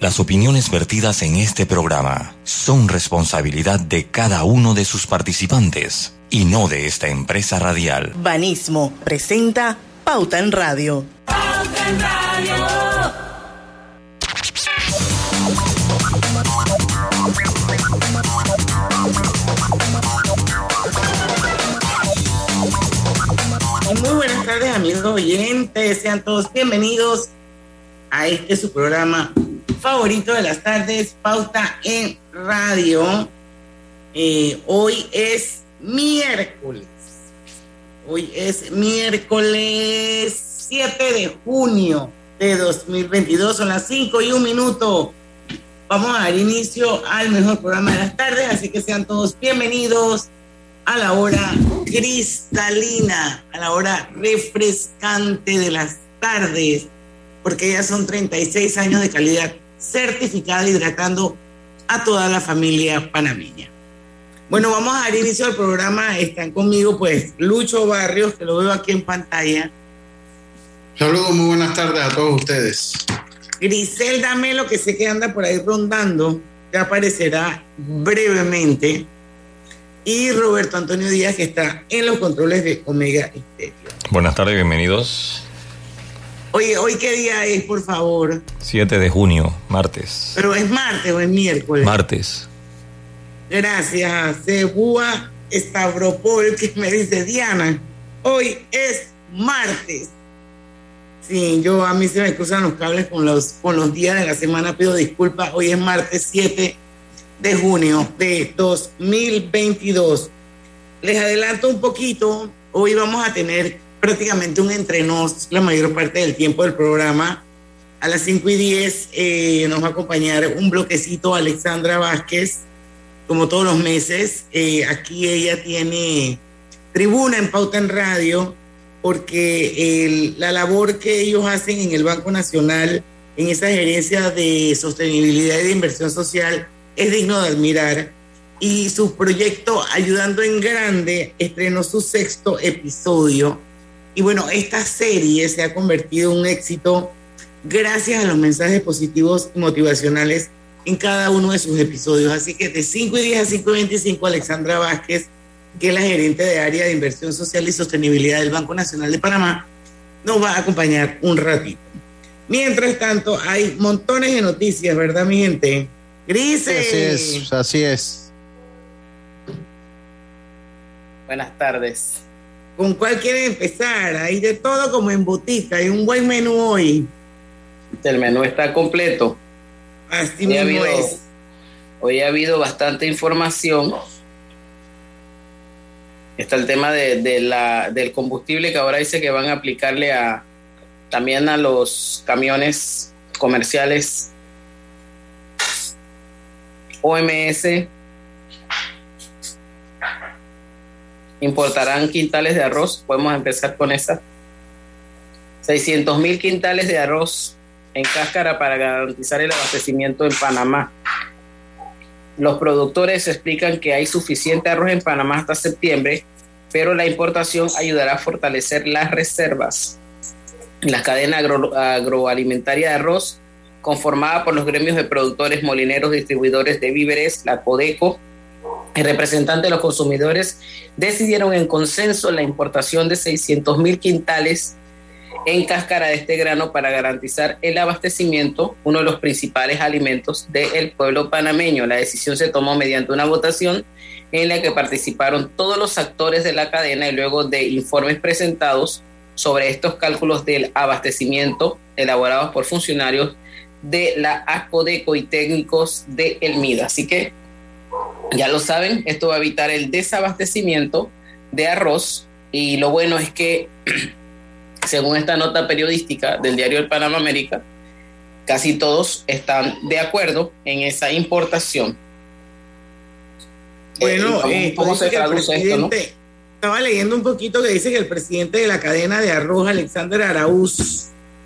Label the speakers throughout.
Speaker 1: Las opiniones vertidas en este programa son responsabilidad de cada uno de sus participantes y no de esta empresa radial.
Speaker 2: Banismo presenta Pauta en Radio.
Speaker 3: Pauta en Radio.
Speaker 4: Muy buenas tardes, amigos oyentes. Sean todos bienvenidos a este su programa favorito de las tardes, Pauta en Radio. Hoy es miércoles. Hoy es miércoles 7 de junio de 2022. Son las 5:01. Vamos a dar inicio al mejor programa de las tardes, así que sean todos bienvenidos a la hora cristalina, a la hora refrescante de las tardes, porque ya son 36 años de calidad certificada hidratando a toda la familia panameña. Bueno, vamos a dar inicio al programa. Están conmigo pues Lucho Barrios, que lo veo aquí en pantalla.
Speaker 5: Saludos, muy buenas tardes a todos ustedes.
Speaker 4: Griselda Melo, que sé que anda por ahí rondando, que aparecerá brevemente. Y Roberto Antonio Díaz, que está en los controles de Omega Estéreo.
Speaker 6: Buenas tardes, bienvenidos.
Speaker 4: Oye, ¿hoy qué día es, por favor?
Speaker 6: 7 de junio, martes.
Speaker 4: ¿Pero es martes o es miércoles?
Speaker 6: Martes.
Speaker 4: Gracias a Cebúa Stavropol, que me dice Diana, hoy es martes. Sí, a mí se me cruzan los cables con los días de la semana, pido disculpas. Hoy es martes 7 de junio de 2022. Les adelanto un poquito, hoy vamos a tener prácticamente un entre nos la mayor parte del tiempo del programa. A las 5:10 nos va a acompañar un bloquecito Alexandra Vázquez, como todos los meses. Aquí ella tiene tribuna en Pauta en Radio, porque la labor que ellos hacen en el Banco Nacional, en esa gerencia de sostenibilidad y de inversión social, es digno de admirar. Y su proyecto Ayudando en Grande estrenó su 6º episodio. Y bueno, esta serie se ha convertido en un éxito gracias a los mensajes positivos y motivacionales en cada uno de sus episodios. Así que de 5:10 a 5:25, Alexandra Vázquez, que es la gerente de área de inversión social y sostenibilidad del Banco Nacional de Panamá, nos va a acompañar un ratito. Mientras tanto, hay montones de noticias, ¿verdad, mi gente? Grises.
Speaker 5: Así es.
Speaker 7: Buenas tardes.
Speaker 4: ¿Con cuál quieren empezar? Hay de todo como en botica, hay un buen menú hoy.
Speaker 7: El menú está completo.
Speaker 4: Así mismo es.
Speaker 7: Hoy ha habido bastante información. Está el tema del combustible, que ahora dice que van a aplicarle también a los camiones comerciales OMS. Importarán quintales de arroz. Podemos empezar con esa. 600,000 quintales de arroz en cáscara para garantizar el abastecimiento en Panamá. Los productores explican que hay suficiente arroz en Panamá hasta septiembre, pero la importación ayudará a fortalecer las reservas. La cadena agroalimentaria de arroz, conformada por los gremios de productores, molineros, distribuidores de víveres, la Codeco, el representante de los consumidores, decidieron en consenso la importación de 600,000 quintales en cáscara de este grano para garantizar el abastecimiento, uno de los principales alimentos del pueblo panameño. La decisión se tomó mediante una votación en la que participaron todos los actores de la cadena y luego de informes presentados sobre estos cálculos del abastecimiento elaborados por funcionarios de la ASCODECO y técnicos de el MIDA. Así que ya lo saben, esto va a evitar el desabastecimiento de arroz, y lo bueno es que según esta nota periodística del diario El Panamá América, casi todos están de acuerdo en esa importación.
Speaker 4: Bueno,
Speaker 7: ¿cómo se traduce esto, no?
Speaker 4: Estaba leyendo un poquito que dice que el presidente de la cadena de arroz, Alexander Araúz,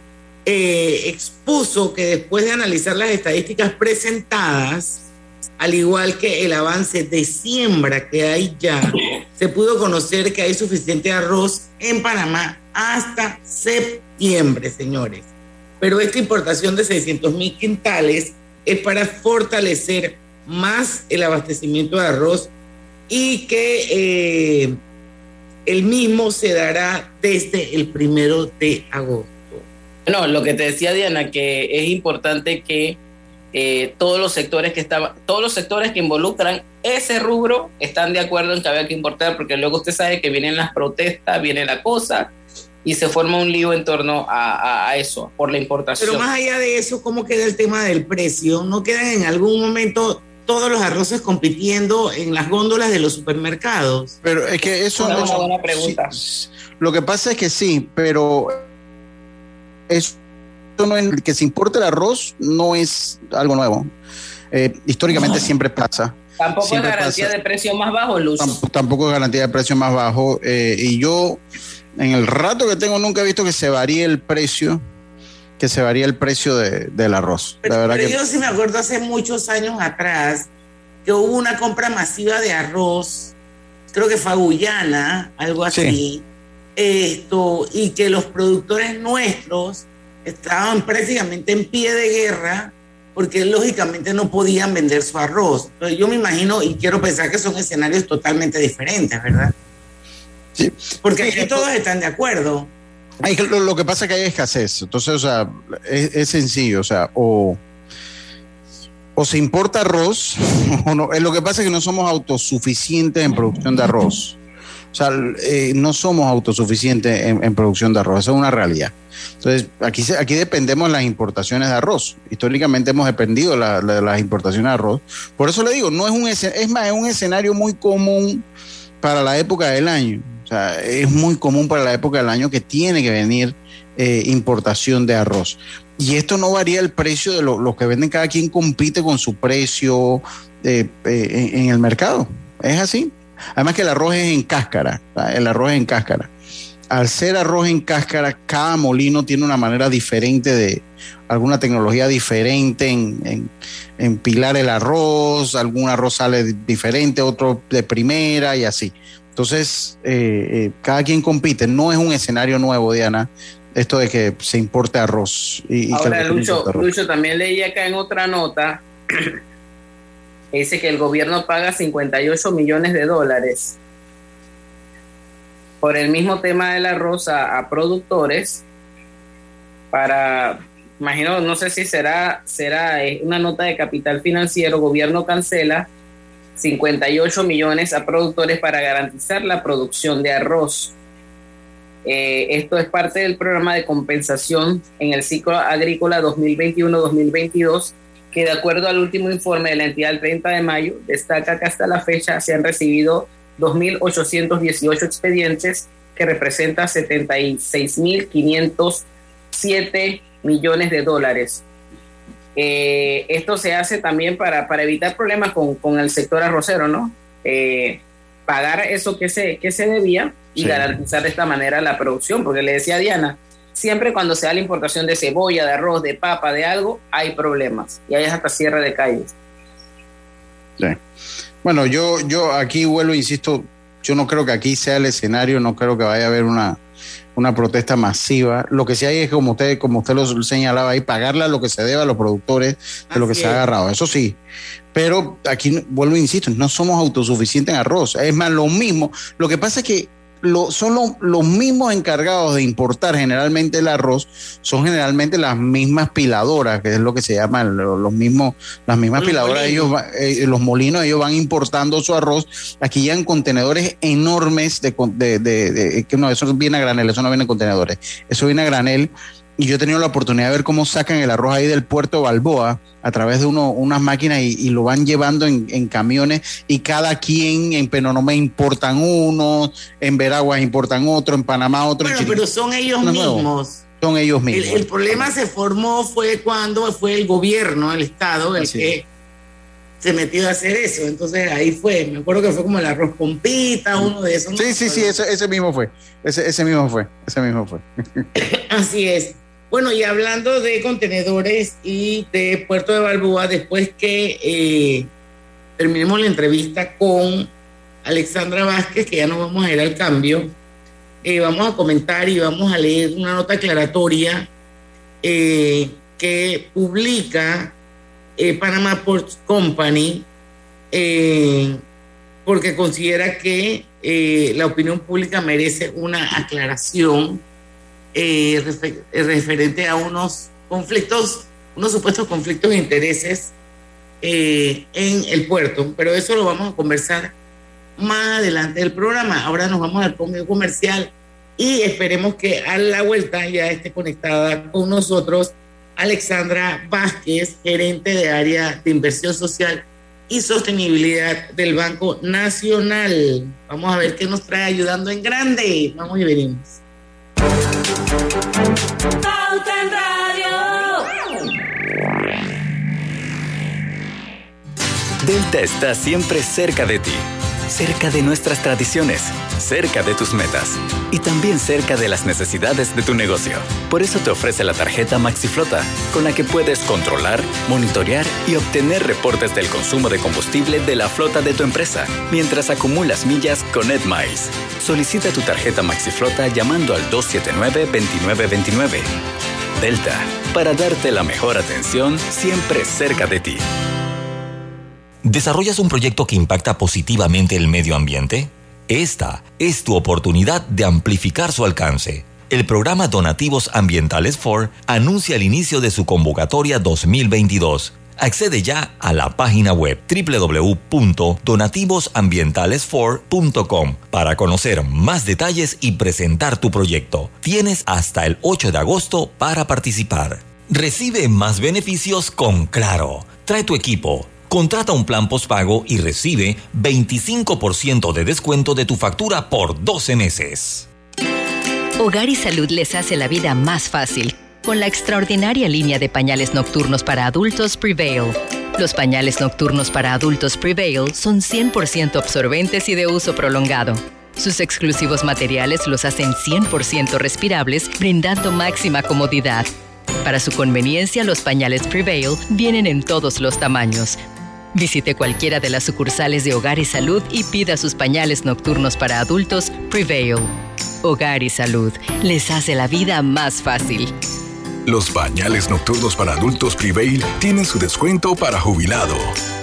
Speaker 4: expuso que después de analizar las estadísticas presentadas, al igual que el avance de siembra que hay ya, se pudo conocer que hay suficiente arroz en Panamá hasta septiembre, señores. Pero esta importación de 600,000 quintales es para fortalecer más el abastecimiento de arroz y que el mismo se dará desde el 1 de agosto.
Speaker 7: No, lo que te decía Diana, que es importante que todos los sectores que involucran ese rubro están de acuerdo en que había que importar, porque luego usted sabe que vienen las protestas, viene la cosa y se forma un lío en torno a eso, por la importación.
Speaker 4: Pero más allá de eso, ¿cómo queda el tema del precio? ¿No quedan en algún momento todos los arroces compitiendo en las góndolas de los supermercados?
Speaker 5: Pero es que eso
Speaker 7: es una buena pregunta.
Speaker 5: Sí, lo que pasa es que sí, pero eso no es, que se importe el arroz no es algo nuevo. Históricamente siempre pasa.
Speaker 7: Tampoco
Speaker 5: siempre
Speaker 7: es garantía
Speaker 5: pasa.
Speaker 7: De precio más bajo, Luz.
Speaker 5: Tampoco es garantía de precio más bajo. Y yo, en el rato que tengo, nunca he visto que se varíe el precio, del arroz.
Speaker 4: Pero,
Speaker 5: la verdad
Speaker 4: pero
Speaker 5: que
Speaker 4: yo sí me acuerdo hace muchos años atrás que hubo una compra masiva de arroz, creo que fue a Guyana, algo así, y que los productores nuestros estaban prácticamente en pie de guerra porque lógicamente no podían vender su arroz. Entonces yo me imagino y quiero pensar que son escenarios totalmente diferentes, ¿verdad?
Speaker 5: sí.
Speaker 4: Porque aquí todos están de acuerdo.
Speaker 5: Lo que pasa es que hay escasez. Entonces, o sea, es sencillo. O sea, o se importa arroz, o no. Lo que pasa es que no somos autosuficientes en producción de arroz. O sea, no somos autosuficientes en producción de arroz. Eso es una realidad. Entonces, aquí dependemos de las importaciones de arroz. Históricamente hemos dependido de las importaciones de arroz. Por eso le digo, es un escenario muy común para la época del año. O sea, es muy común para la época del año que tiene que venir importación de arroz. Y esto no varía el precio de los que venden, cada quien compite con su precio en el mercado. Es así. Además que el arroz es en cáscara. El arroz es en cáscara. Al ser arroz en cáscara, cada molino tiene una manera diferente alguna tecnología diferente en pilar el arroz. Algún arroz sale diferente, otro de primera y así. Entonces, cada quien compite. No es un escenario nuevo, Diana, esto de que se importe arroz.
Speaker 7: Ahora, Lucho, también leí acá en otra nota que dice que el gobierno paga $58 millones por el mismo tema del arroz a productores para, imagino, no sé si será una nota de Capital Financiero. Gobierno cancela 58 millones a productores para garantizar la producción de arroz. Esto es parte del programa de compensación en el ciclo agrícola 2021-2022, que de acuerdo al último informe de la entidad del 30 de mayo, destaca que hasta la fecha se han recibido 2.818 expedientes, que representa $76.507 millones. Esto se hace también para evitar problemas con el sector arrocero, ¿no? Pagar eso que se debía y garantizar de esta manera la producción, porque le decía a Diana, siempre cuando se da la importación de cebolla, de arroz, de papa, de algo, hay problemas y hay hasta cierre de calles.
Speaker 5: Sí. Bueno, yo aquí vuelvo, insisto, yo no creo que aquí sea el escenario, no creo que vaya a haber una protesta masiva. Lo que sí hay es, como usted lo señalaba ahí, pagarle a lo que se debe a los productores de lo que se ha agarrado, eso sí. Pero aquí, vuelvo, insisto, no somos autosuficientes en arroz. Es más, lo mismo. Lo que pasa es que son los mismos encargados de importar generalmente el arroz, son generalmente las mismas piladoras, que es lo que se llama las mismas piladoras. Los molinos, ellos van importando su arroz. Aquí llegan contenedores enormes no, eso viene a granel, eso no viene en contenedores, eso viene a granel. Y yo he tenido la oportunidad de ver cómo sacan el arroz ahí del puerto de Balboa a través de unas máquinas y lo van llevando en camiones, y cada quien en Penonomé importan uno, en Veraguas importan otro, en Panamá otro.
Speaker 4: Bueno, pero son ellos mismos.
Speaker 5: Son ellos mismos.
Speaker 4: El problema se formó fue cuando fue el gobierno, el Estado, el que se metió a hacer eso. Entonces ahí fue, me acuerdo que fue como el arroz con pita, uno de esos.
Speaker 5: Sí, ese mismo fue. Ese mismo fue.
Speaker 4: Así es. Bueno, y hablando de contenedores y de Puerto de Balboa, después que terminemos la entrevista con Alexandra Vázquez, que ya nos vamos a ir al cambio, vamos a comentar y vamos a leer una nota aclaratoria que publica Panama Ports Company, porque considera que la opinión pública merece una aclaración referente a unos supuestos conflictos de intereses en el puerto, pero eso lo vamos a conversar más adelante del programa. Ahora nos vamos al comercial y esperemos que a la vuelta ya esté conectada con nosotros Alexandra Vázquez, gerente de área de inversión social y sostenibilidad del Banco Nacional. Vamos a ver qué nos trae ayudando en grande. Vamos y venimos.
Speaker 3: Pauta en Radio.
Speaker 8: Delta está siempre cerca de ti, cerca de nuestras tradiciones, cerca de tus metas y también cerca de las necesidades de tu negocio. Por eso te ofrece la tarjeta MaxiFlota, con la que puedes controlar, monitorear y obtener reportes del consumo de combustible de la flota de tu empresa, mientras acumulas millas con EdMiles. Solicita tu tarjeta MaxiFlota llamando al 279-2929. Delta, para darte la mejor atención siempre cerca de ti.
Speaker 1: ¿Desarrollas un proyecto que impacta positivamente el medio ambiente? Esta es tu oportunidad de amplificar su alcance. El programa Donativos Ambientales 4 anuncia el inicio de su convocatoria 2022. Accede ya a la página web www.donativosambientales4.com para conocer más detalles y presentar tu proyecto. Tienes hasta el 8 de agosto para participar. Recibe más beneficios con Claro. Trae tu equipo. Contrata un plan postpago y recibe 25% de descuento de tu factura por 12 meses.
Speaker 9: Hogar y Salud les hace la vida más fácil con la extraordinaria línea de pañales nocturnos para adultos Prevail. Los pañales nocturnos para adultos Prevail son 100% absorbentes y de uso prolongado. Sus exclusivos materiales los hacen 100% respirables, brindando máxima comodidad. Para su conveniencia, los pañales Prevail vienen en todos los tamaños. Visite cualquiera de las sucursales de Hogar y Salud y pida sus pañales nocturnos para adultos Prevail. Hogar y Salud les hace la vida más fácil.
Speaker 10: Los pañales nocturnos para adultos Prevail tienen su descuento para jubilado.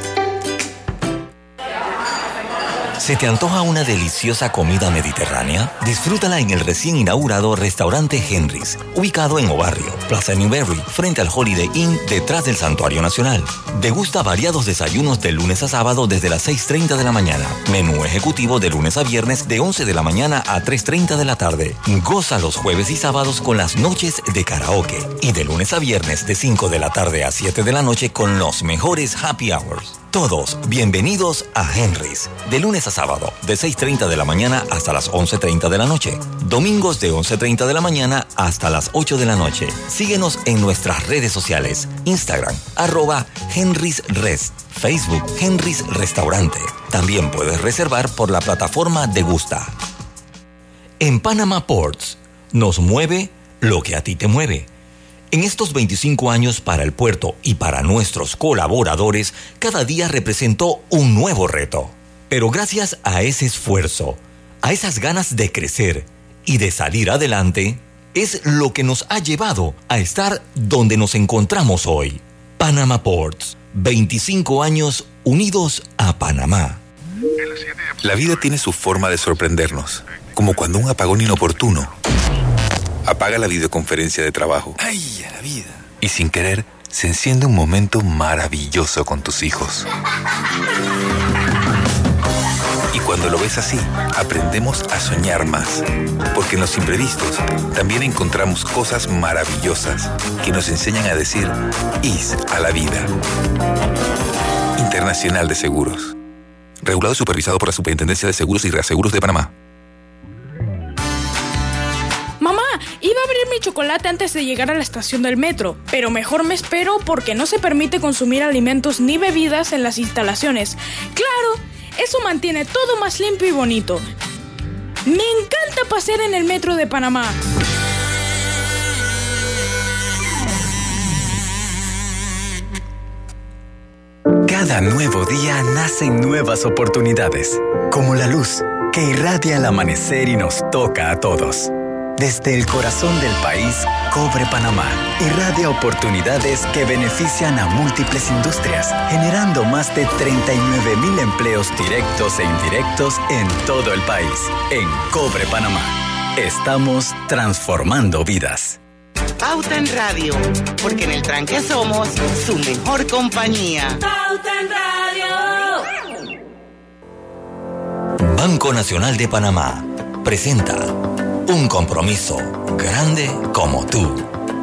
Speaker 1: ¿Se te antoja una deliciosa comida mediterránea? Disfrútala en el recién inaugurado restaurante Henry's, ubicado en Obarrio, Plaza Newberry, frente al Holiday Inn, detrás del Santuario Nacional. Degusta variados desayunos de lunes a sábado desde las 6:30 de la mañana. Menú ejecutivo de lunes a viernes de 11 de la mañana a 3:30 de la tarde. Goza los jueves y sábados con las noches de karaoke. Y de lunes a viernes de 5 de la tarde a 7 de la noche con los mejores happy hours. Todos bienvenidos a Henry's, de lunes a sábado, de 6:30 de la mañana hasta las 11:30 de la noche. Domingos de 11:30 de la mañana hasta las 8 de la noche. Síguenos en nuestras redes sociales, Instagram, @Henry'sRest, Facebook, Henry's Restaurante. También puedes reservar por la plataforma Degusta. En Panama Ports, nos mueve lo que a ti te mueve. En estos 25 años para el puerto y para nuestros colaboradores, cada día representó un nuevo reto. Pero gracias a ese esfuerzo, a esas ganas de crecer y de salir adelante, es lo que nos ha llevado a estar donde nos encontramos hoy. Panama Ports, 25 años unidos a Panamá.
Speaker 11: La vida tiene su forma de sorprendernos, como cuando un apagón inoportuno apaga la videoconferencia de trabajo. ¡Ay, a la vida! Y sin querer, se enciende un momento maravilloso con tus hijos. Y cuando lo ves así, aprendemos a soñar más. Porque en los imprevistos también encontramos cosas maravillosas que nos enseñan a decir IS a la vida. Internacional de Seguros. Regulado y supervisado por la Superintendencia de Seguros y Reaseguros de Panamá.
Speaker 12: Iba a abrir mi chocolate antes de llegar a la estación del metro, pero mejor me espero porque no se permite consumir alimentos ni bebidas en las instalaciones. ¡Claro! Eso mantiene todo más limpio y bonito. Me encanta pasear en el metro de Panamá.
Speaker 8: Cada nuevo día nacen nuevas oportunidades, como la luz que irradia al amanecer y nos toca a todos. Desde el corazón del país, Cobre Panamá irradia oportunidades que benefician a múltiples industrias, generando más de 39,000 empleos directos e indirectos en todo el país. En Cobre Panamá, estamos transformando vidas.
Speaker 2: Pauta en Radio, porque en el tranque somos su mejor compañía.
Speaker 3: Pauta en Radio.
Speaker 1: Banco Nacional de Panamá presenta un compromiso grande como tú.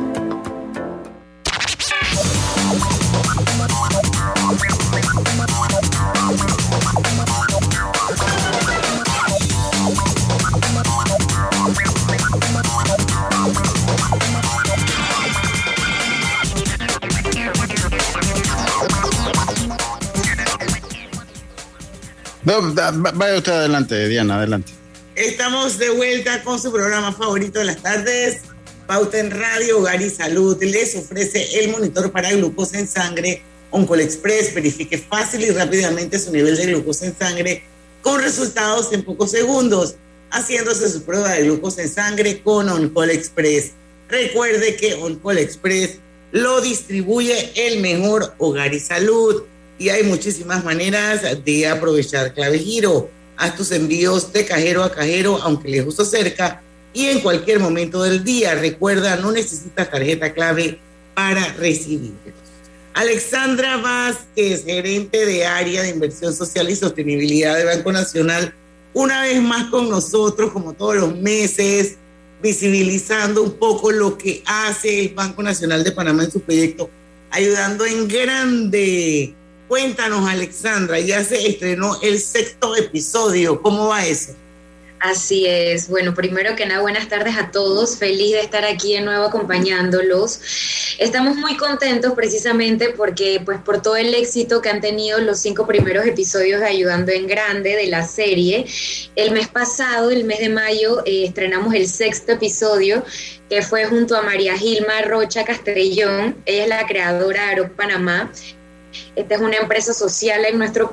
Speaker 5: Vaya usted adelante, Diana, adelante.
Speaker 4: Estamos de vuelta con su programa favorito de las tardes, Pauta en Radio, Hogar y Salud. Les ofrece el monitor para glucosa en sangre Oncol Express. Verifique fácil y rápidamente su nivel de glucosa en sangre con resultados en pocos segundos, haciéndose su prueba de glucosa en sangre con Oncol Express. Recuerde que Oncol Express lo distribuye el mejor Hogar y Salud. Y hay muchísimas maneras de aprovechar Clave Giro. Haz tus envíos de cajero a cajero, aunque lejos o cerca, y en cualquier momento del día. Recuerda, no necesitas tarjeta clave para recibirlos. Alexandra Vázquez, gerente de área de inversión social y sostenibilidad de Banco Nacional, una vez más con nosotros, como todos los meses, visibilizando un poco lo que hace el Banco Nacional de Panamá en su proyecto, ayudando en grande. Cuéntanos, Alexandra, ya se estrenó el 6º episodio. ¿Cómo va eso?
Speaker 13: Así es. Bueno, primero que nada, buenas tardes a todos. Feliz de estar aquí de nuevo acompañándolos. Estamos muy contentos precisamente porque, pues, por todo el éxito que han tenido los 5 primeros episodios de Ayudando en Grande de la serie. El mes pasado, el mes de mayo, estrenamos el 6º episodio, que fue junto a María Gilma Rocha Castrellón. Ella es la creadora de Aroc Panamá. Esta es una empresa social en nuestro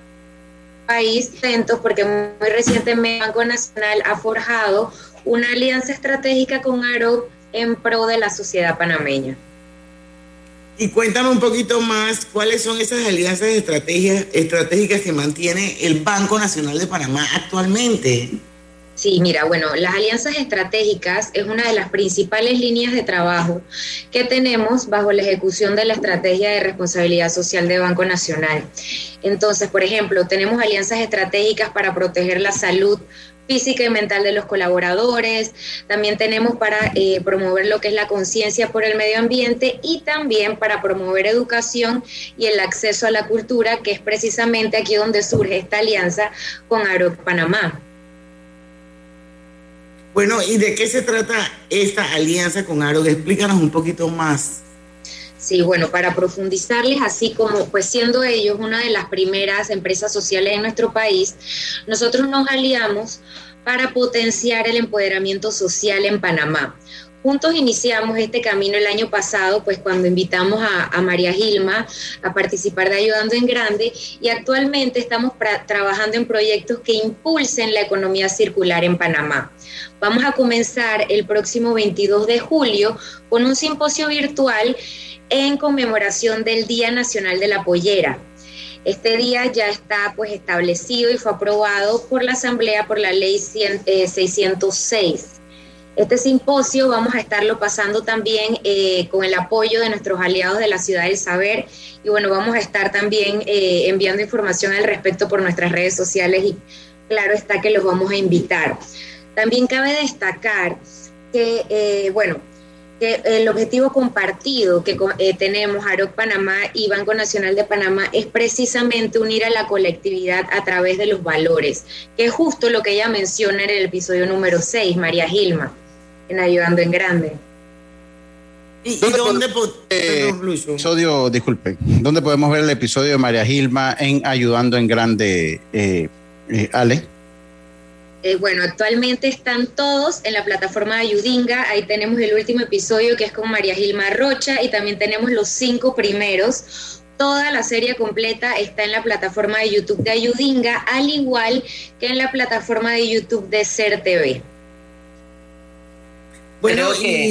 Speaker 13: país, atentos porque muy recientemente el Banco Nacional ha forjado una alianza estratégica con Aroc en pro de la sociedad panameña.
Speaker 4: Y cuéntame un poquito más, ¿cuáles son esas alianzas estratégicas que mantiene el Banco Nacional de Panamá actualmente?
Speaker 13: Sí, mira, bueno, las alianzas estratégicas es una de las principales líneas de trabajo que tenemos bajo la ejecución de la estrategia de responsabilidad social de Banco Nacional. Entonces, por ejemplo, tenemos alianzas estratégicas para proteger la salud física y mental de los colaboradores, también tenemos para promover lo que es la conciencia por el medio ambiente y también para promover educación y el acceso a la cultura, que es precisamente aquí donde surge esta alianza con Aroc Panamá.
Speaker 4: Bueno, ¿y de qué se trata esta alianza con Aroc? Explícanos un poquito más.
Speaker 13: Sí, bueno, para profundizarles, así como pues siendo ellos una de las primeras empresas sociales en nuestro país, nosotros nos aliamos para potenciar el empoderamiento social en Panamá. Juntos iniciamos este camino el año pasado, pues cuando invitamos a María Gilma a participar de Ayudando en Grande, y actualmente estamos trabajando en proyectos que impulsen la economía circular en Panamá. Vamos a comenzar el próximo 22 de julio con un simposio virtual en conmemoración del Día Nacional de la Pollera. Este día ya está pues establecido y fue aprobado por la Asamblea por la Ley 606. Este simposio vamos a estarlo pasando también con el apoyo de nuestros aliados de la Ciudad del Saber, y bueno, vamos a estar también enviando información al respecto por nuestras redes sociales, y claro está que los vamos a invitar. También cabe destacar que, que el objetivo compartido que tenemos Aroc Panamá y Banco Nacional de Panamá es precisamente unir a la colectividad a través de los valores, que es justo lo que ella menciona en el episodio número 6, María Gilma, en Ayudando en Grande.
Speaker 4: ¿Y dónde
Speaker 5: ¿dónde podemos ver el episodio de María Gilma en Ayudando en Grande, Ale?
Speaker 13: Bueno, actualmente están todos en la plataforma de Ayudinga. Ahí tenemos el último episodio, que es con María Gilma Rocha, y también tenemos los 5 primeros. Toda la serie completa está en la plataforma de YouTube de Ayudinga, al igual que en la plataforma de YouTube de Ser TV.
Speaker 4: Bueno,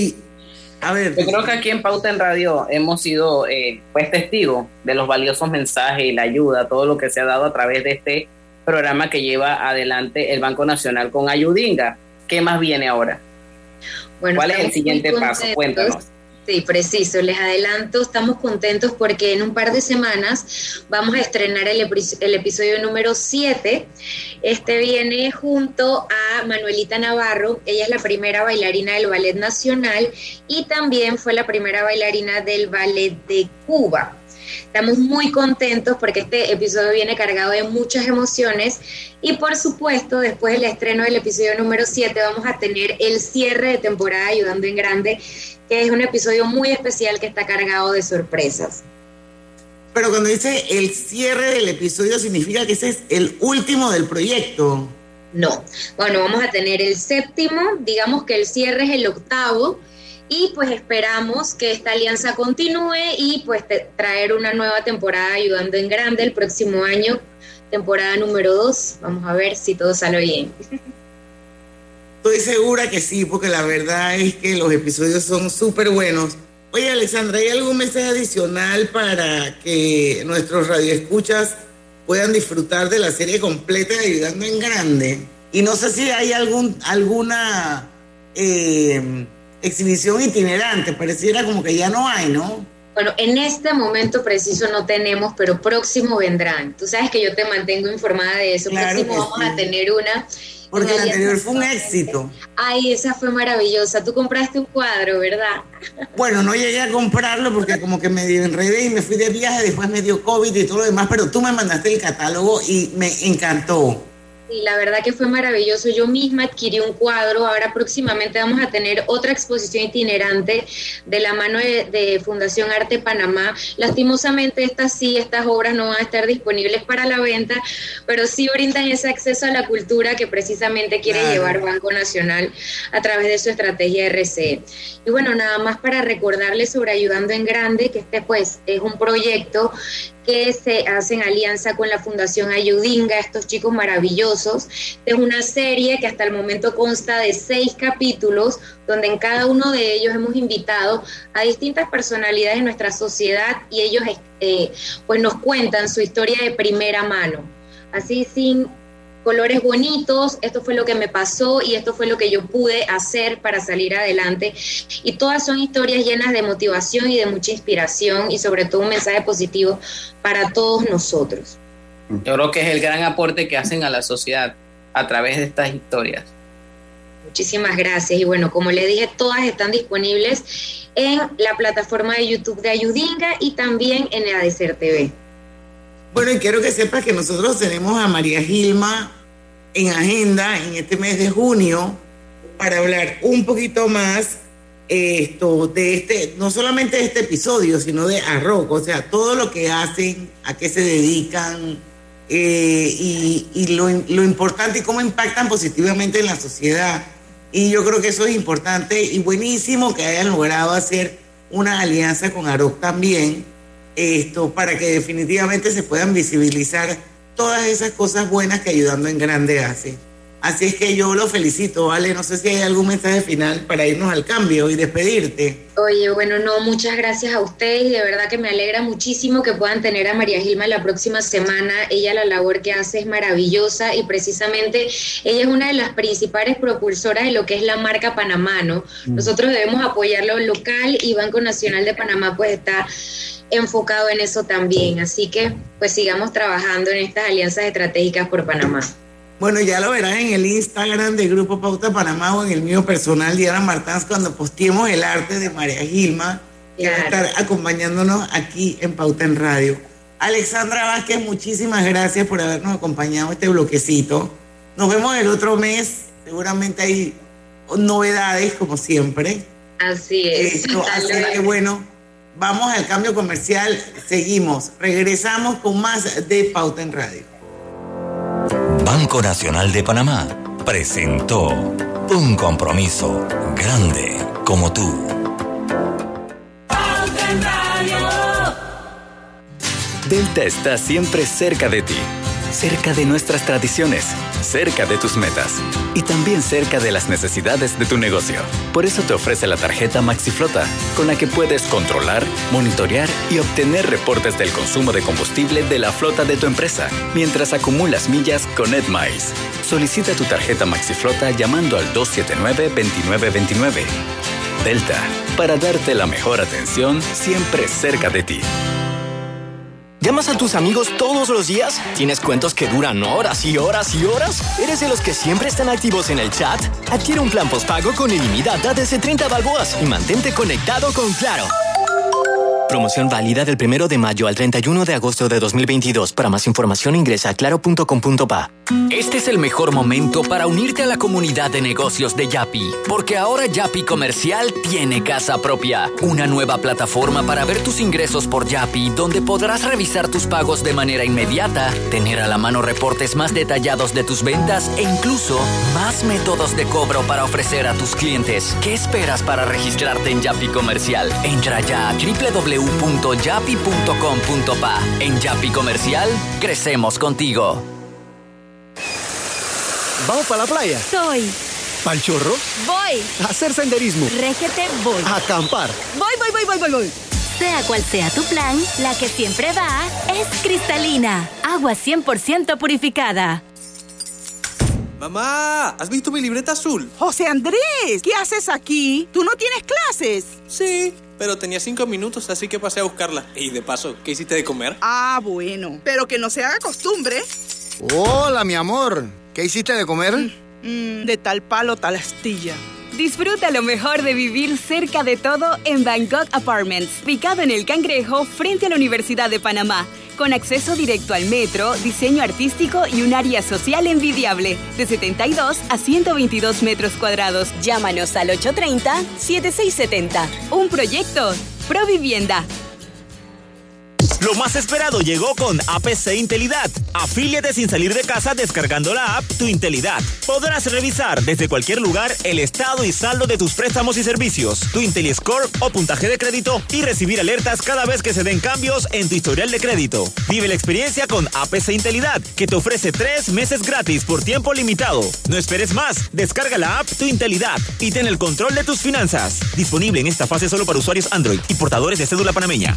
Speaker 7: yo creo que aquí en Pauta en Radio hemos sido pues testigos de los valiosos mensajes y la ayuda, todo lo que se ha dado a través de este programa que lleva adelante el Banco Nacional con Ayudinga. ¿Qué más viene ahora?
Speaker 13: Bueno,
Speaker 7: ¿cuál es el siguiente paso? Cuéntanos.
Speaker 13: Sí, preciso, les adelanto, estamos contentos porque en un par de semanas vamos a estrenar el episodio número 7. Este viene junto a Manuelita Navarro, ella es la primera bailarina del Ballet Nacional y también fue la primera bailarina del Ballet de Cuba. Estamos muy contentos porque este episodio viene cargado de muchas emociones y por supuesto después del estreno del episodio número 7 vamos a tener el cierre de temporada Ayudando en Grande, que es un episodio muy especial que está cargado de sorpresas.
Speaker 4: Pero cuando dice el cierre del episodio, ¿significa que ese es el último del proyecto?
Speaker 13: No, bueno, vamos a tener el 7º, digamos que el cierre es el 8º, y pues esperamos que esta alianza continúe y pues traer una nueva temporada Ayudando en Grande el próximo año, temporada número 2. Vamos a ver si todo sale bien.
Speaker 4: Estoy segura que sí, porque la verdad es que los episodios son súper buenos. Oye, Alexandra, ¿hay algún mensaje adicional para que nuestros radioescuchas puedan disfrutar de la serie completa de Ayudando en Grande? Y no sé si hay alguna exhibición itinerante, pareciera como que ya no hay, ¿no?
Speaker 13: Bueno, en este momento preciso no tenemos, pero próximo vendrán. Tú sabes que yo te mantengo informada de eso.
Speaker 4: Claro,
Speaker 13: próximo vamos a tener una.
Speaker 4: Porque la anterior fue un éxito.
Speaker 13: Ay, esa fue maravillosa. Tú compraste un cuadro, ¿verdad?
Speaker 4: Bueno, no llegué a comprarlo porque como que me enredé y me fui de viaje, después me dio COVID y todo lo demás, pero tú me mandaste el catálogo y me encantó.
Speaker 13: Sí, la verdad que fue maravilloso. Yo misma adquirí un cuadro. Ahora próximamente vamos a tener otra exposición itinerante de la mano de Fundación Arte Panamá. Lastimosamente estas obras no van a estar disponibles para la venta, pero sí brindan ese acceso a la cultura que precisamente quiere llevar Banco Nacional a través de su estrategia RCE. Y bueno, nada más para recordarles sobre Ayudando en Grande, que este pues es un proyecto que se hace en alianza con la Fundación Ayudinga, estos chicos maravillosos. Es una serie que hasta el momento consta de 6 capítulos, donde en cada uno de ellos hemos invitado a distintas personalidades de nuestra sociedad y ellos pues nos cuentan su historia de primera mano, así sin colores bonitos. Esto fue lo que me pasó y esto fue lo que yo pude hacer para salir adelante, y todas son historias llenas de motivación y de mucha inspiración y sobre todo un mensaje positivo para todos nosotros.
Speaker 7: Yo creo que es el gran aporte que hacen a la sociedad a través de estas historias.
Speaker 13: Muchísimas gracias. Y bueno, como le dije, todas están disponibles en la plataforma de YouTube de Ayudinga y también en la de Ser TV.
Speaker 4: Bueno, y quiero que sepas que nosotros tenemos a María Gilma en agenda en este mes de junio para hablar un poquito más de no solamente de este episodio, sino de Arroc, o sea, todo lo que hacen, a qué se dedican y lo importante y cómo impactan positivamente en la sociedad. Y yo creo que eso es importante y buenísimo que hayan logrado hacer una alianza con Arroc también, para que definitivamente se puedan visibilizar todas esas cosas buenas que Ayudando en Grande hace. Así es que yo lo felicito, ¿vale? No sé si hay algún mensaje final para irnos al cambio y despedirte.
Speaker 13: Oye, bueno, no, muchas gracias a ustedes y de verdad que me alegra muchísimo que puedan tener a María Gilma la próxima semana. Ella, la labor que hace es maravillosa y precisamente ella es una de las principales propulsoras de lo que es la marca Panamá, ¿no? Nosotros debemos apoyar lo local y Banco Nacional de Panamá pues está enfocado en eso también. Así que pues sigamos trabajando en estas alianzas estratégicas por Panamá.
Speaker 4: Bueno, ya lo verán en el Instagram del Grupo Pauta Panamá o en el mío personal, Diana Martans, cuando posteemos el arte de María Gilma, que va a estar acompañándonos aquí en Pauta en Radio. Alexandra Vázquez, muchísimas gracias por habernos acompañado este bloquecito. Nos vemos el otro mes, seguramente hay novedades como siempre.
Speaker 13: Así es.
Speaker 4: Así que bueno, vamos al cambio comercial, seguimos, regresamos con más de Pauta en Radio.
Speaker 1: Banco Nacional de Panamá presentó un compromiso grande como tú.
Speaker 8: Delta está siempre cerca de ti, cerca de nuestras tradiciones, cerca de tus metas y también cerca de las necesidades de tu negocio. Por eso te ofrece la tarjeta MaxiFlota, con la que puedes controlar, monitorear y obtener reportes del consumo de combustible de la flota de tu empresa, mientras acumulas millas con EdMiles. Solicita tu tarjeta MaxiFlota llamando al 279-2929. Delta, para darte la mejor atención siempre cerca de ti.
Speaker 14: ¿Llamas a tus amigos todos los días? ¿Tienes cuentos que duran horas y horas y horas? ¿Eres de los que siempre están activos en el chat? Adquiere un plan postpago con ilimitada desde 30 balboas y mantente conectado con Claro. Promoción válida del 1 de mayo al 31 de agosto de 2022. Para más información ingresa a claro.com.pa.
Speaker 15: Este es el mejor momento para unirte a la comunidad de negocios de Yapi, porque ahora Yapi Comercial tiene casa propia, una nueva plataforma para ver tus ingresos por Yapi, donde podrás revisar tus pagos de manera inmediata, tener a la mano reportes más detallados de tus ventas e incluso más métodos de cobro para ofrecer a tus clientes. ¿Qué esperas para registrarte en Yapi Comercial? Entra ya a www.yapi.com.pa. En Yapi Comercial, crecemos contigo.
Speaker 16: ¿Vamos para la playa?
Speaker 17: Soy.
Speaker 16: ¿Pa'l chorro?
Speaker 17: Voy.
Speaker 16: A hacer senderismo.
Speaker 17: Régete, voy.
Speaker 16: A acampar.
Speaker 17: Voy. Sea cual sea tu plan, la que siempre va es cristalina. Agua 100% purificada.
Speaker 18: Mamá, ¿has visto mi libreta azul?
Speaker 19: José Andrés, ¿qué haces aquí? ¿Tú no tienes clases?
Speaker 18: Sí, pero tenía 5 minutos, así que pasé a buscarla. Y de paso, ¿qué hiciste de comer?
Speaker 19: Ah, bueno, pero que no se haga costumbre.
Speaker 16: Hola, mi amor. ¿Qué hiciste de comer?
Speaker 19: De tal palo, tal astilla.
Speaker 20: Disfruta lo mejor de vivir cerca de todo en Bangkok Apartments, ubicado en El Cangrejo, frente a la Universidad de Panamá, con acceso directo al metro, diseño artístico y un área social envidiable, de 72 a 122 metros cuadrados. Llámanos al 830-7670. Un proyecto Provivienda.
Speaker 21: Lo más esperado llegó con APC Intelidad. Afíliate sin salir de casa descargando la app Tu Intelidad. Podrás revisar desde cualquier lugar el estado y saldo de tus préstamos y servicios, tu IntelliScore o puntaje de crédito y recibir alertas cada vez que se den cambios en tu historial de crédito. Vive la experiencia con APC Intelidad, que te ofrece 3 meses gratis por tiempo limitado. No esperes más. Descarga la app Tu Intelidad y ten el control de tus finanzas. Disponible en esta fase solo para usuarios Android y portadores de cédula panameña.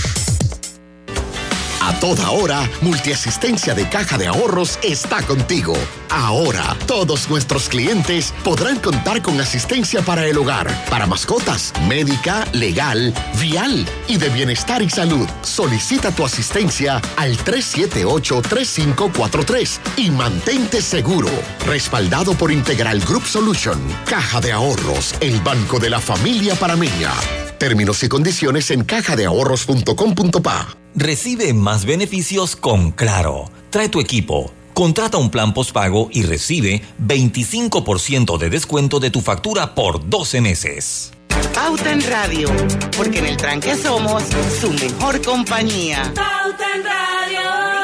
Speaker 22: A toda hora, Multiasistencia de Caja de Ahorros está contigo. Ahora, todos nuestros clientes podrán contar con asistencia para el hogar, para mascotas, médica, legal, vial y de bienestar y salud. Solicita tu asistencia al 378-3543 y mantente seguro. Respaldado por Integral Group Solution. Caja de Ahorros, el banco de la familia panameña. Términos y condiciones en cajadeahorros.com.pa.
Speaker 1: Recibe más beneficios con Claro. Trae tu equipo, contrata un plan postpago y recibe 25% de descuento de tu factura por 12 meses.
Speaker 2: Pauta en Radio, porque en el tranque somos su mejor compañía.
Speaker 3: Pauta en Radio.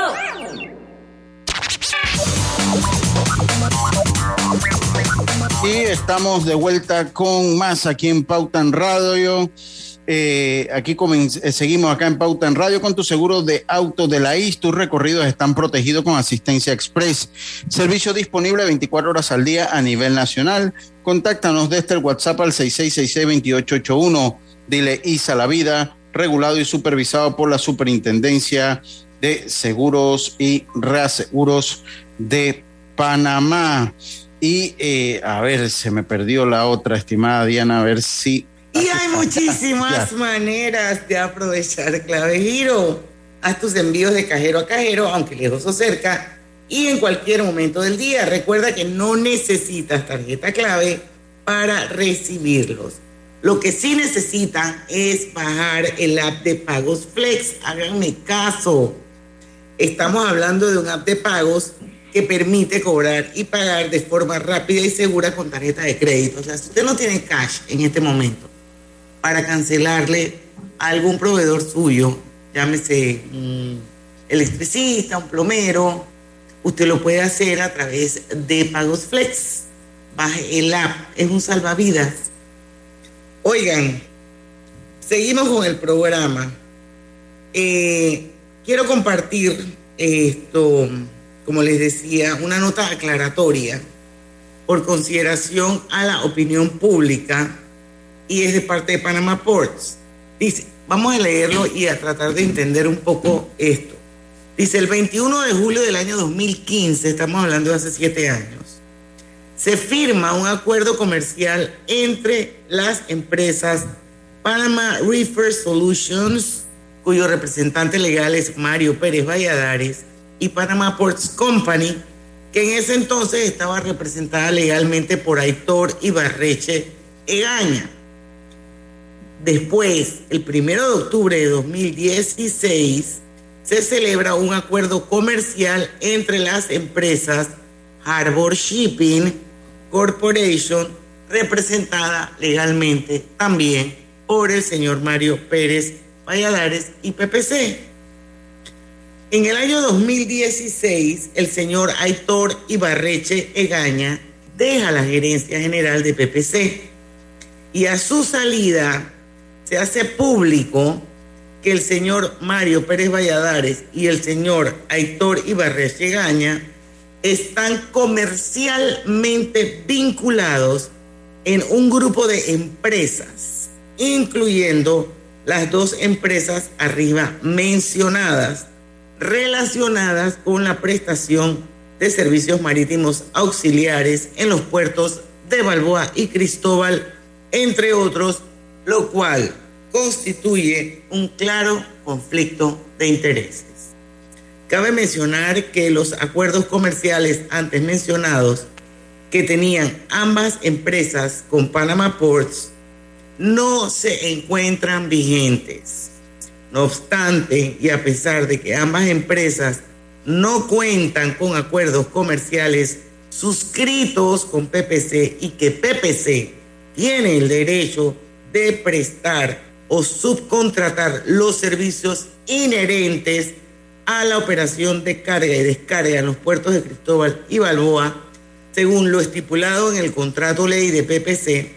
Speaker 5: Y estamos de vuelta con más aquí en Pauta en Radio. Seguimos acá en Pauta en Radio con tu seguro de auto de la IS. Tus recorridos están protegidos con asistencia express. Servicio disponible 24 horas al día a nivel nacional. Contáctanos desde el WhatsApp al 6666-2881. Dile IS a la vida, regulado y supervisado por la Superintendencia de Seguros y Reaseguros de Panamá. Y a ver, se me perdió la otra, estimada Diana, a ver si...
Speaker 4: Y hay muchísimas maneras de aprovechar Clave Giro. Haz tus envíos de cajero a cajero, aunque lejos o cerca, y en cualquier momento del día. Recuerda que no necesitas tarjeta clave para recibirlos. Lo que sí necesitan es bajar el app de pagos Flex. Háganme caso. Estamos hablando de un app de pagos que permite cobrar y pagar de forma rápida y segura con tarjeta de crédito. O sea, si usted no tiene cash en este momento para cancelarle a algún proveedor suyo, llámese electricista, un plomero, usted lo puede hacer a través de Pagos Flex. Baje el app, es un salvavidas. Oigan, seguimos con el programa. Quiero compartir esto como les decía, una nota aclaratoria por consideración a la opinión pública y es de parte de Panama Ports. Dice, vamos a leerlo y a tratar de entender un poco esto. Dice, el 21 de julio del año 2015, estamos hablando de hace 7 años, se firma un acuerdo comercial entre las empresas Panama Reefer Solutions, cuyo representante legal es Mario Pérez Valladares, y Panama Ports Company, que en ese entonces estaba representada legalmente por Aitor Ibarreche Egaña. Después, el 1 de octubre de 2016, se celebra un acuerdo comercial entre las empresas Harbor Shipping Corporation, representada legalmente también por el señor Mario Pérez Valladares y PPC. En el año 2016, el señor Aitor Ibarreche Egaña deja la gerencia general de PPC y a su salida se hace público que el señor Mario Pérez Valladares y el señor Aitor Ibarreche Egaña están comercialmente vinculados en un grupo de empresas, incluyendo las 2 empresas arriba mencionadas, relacionadas con la prestación de servicios marítimos auxiliares en los puertos de Balboa y Cristóbal, entre otros, lo cual constituye un claro conflicto de intereses. Cabe mencionar que los acuerdos comerciales antes mencionados que tenían ambas empresas con Panama Ports no se encuentran vigentes. No obstante, y a pesar de que ambas empresas no cuentan con acuerdos comerciales suscritos con PPC y que PPC tiene el derecho de prestar o subcontratar los servicios inherentes a la operación de carga y descarga en los puertos de Cristóbal y Balboa, según lo estipulado en el contrato ley de PPC,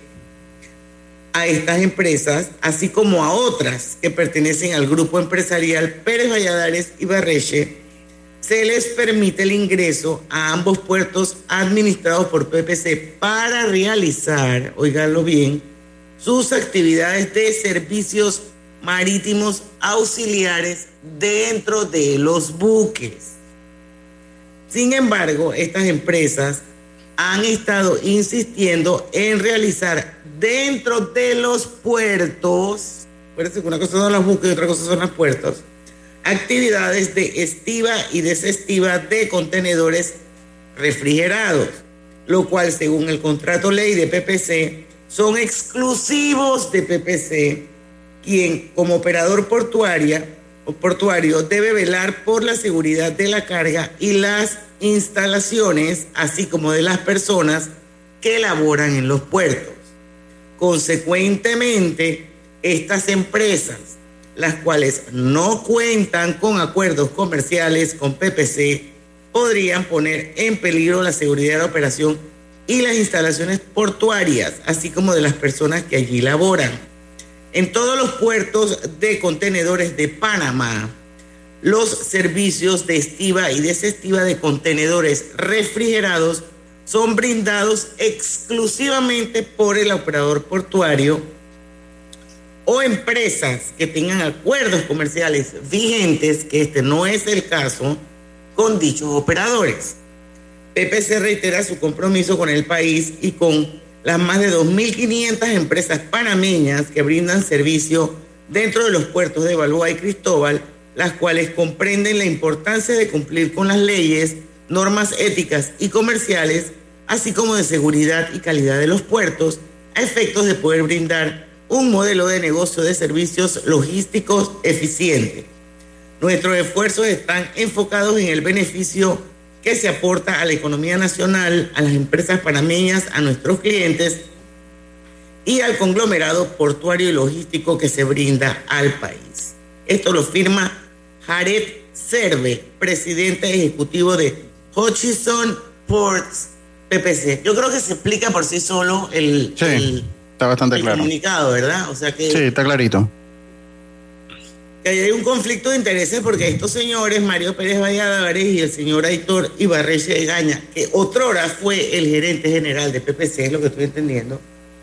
Speaker 4: a estas empresas, así como a otras que pertenecen al grupo empresarial Pérez Valladares y Barreche, se les permite el ingreso a ambos puertos administrados por PPC para realizar, oiganlo bien, sus actividades de servicios marítimos auxiliares dentro de los buques. Sin embargo, estas empresas han estado insistiendo en realizar dentro de los puertos, acuérdense que una cosa son los buques y otra cosa son los puertos, actividades de estiva y desestiva de contenedores refrigerados, lo cual según el contrato ley de PPC son exclusivos de PPC, quien como operador portuario debe velar por la seguridad de la carga y las instalaciones, así como de las personas que laboran en los puertos. Consecuentemente, estas empresas, las cuales no cuentan con acuerdos comerciales con PPC, podrían poner en peligro la seguridad de la operación y las instalaciones portuarias, así como de las personas que allí laboran. En todos los puertos de contenedores de Panamá, los servicios de estiva y desestiva de contenedores refrigerados son brindados exclusivamente por el operador portuario o empresas que tengan acuerdos comerciales vigentes, que este no es el caso, con dichos operadores. PPC reitera su compromiso con el país y con las más de 2.500 empresas panameñas que brindan servicio dentro de los puertos de Balboa y Cristóbal, las cuales comprenden la importancia de cumplir con las leyes, normas éticas y comerciales, así como de seguridad y calidad de los puertos, a efectos de poder brindar un modelo de negocio de servicios logísticos eficiente. Nuestros esfuerzos están enfocados en el beneficio que se aporta a la economía nacional, a las empresas panameñas, a nuestros clientes y al conglomerado portuario y logístico que se brinda al país. Esto lo firma Jared Serve, presidente ejecutivo de Hutchison Ports PPC. Yo creo que se explica por sí solo
Speaker 5: está bastante claro.
Speaker 4: Comunicado, ¿verdad? O sea que
Speaker 5: sí, está clarito.
Speaker 4: que hay un conflicto de intereses porque estos señores, Mario Pérez Valladares y el señor Aitor Ibarreche Egaña, que otrora fue el gerente general de PPC, es lo que estoy entendiendo,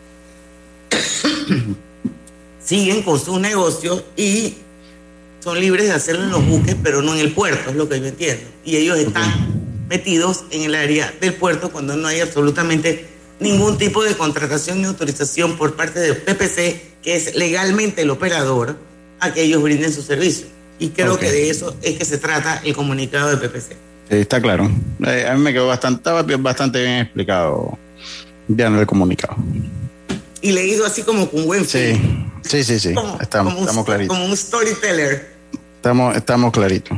Speaker 4: siguen con sus negocios y son libres de hacerlo en los buques, pero no en el puerto, es lo que yo entiendo. Y ellos están metidos en el área del puerto cuando no hay absolutamente ningún tipo de contratación ni autorización por parte de PPC, que es legalmente el operador, a que ellos brinden su servicio. Y creo que de eso es que se trata el comunicado de PPC.
Speaker 5: Está claro. A mí me quedó bastante bien explicado, Diana, el comunicado.
Speaker 4: Y leído así como con buen fin.
Speaker 5: Sí. Estamos claritos.
Speaker 4: Como un storyteller.
Speaker 5: Estamos claritos.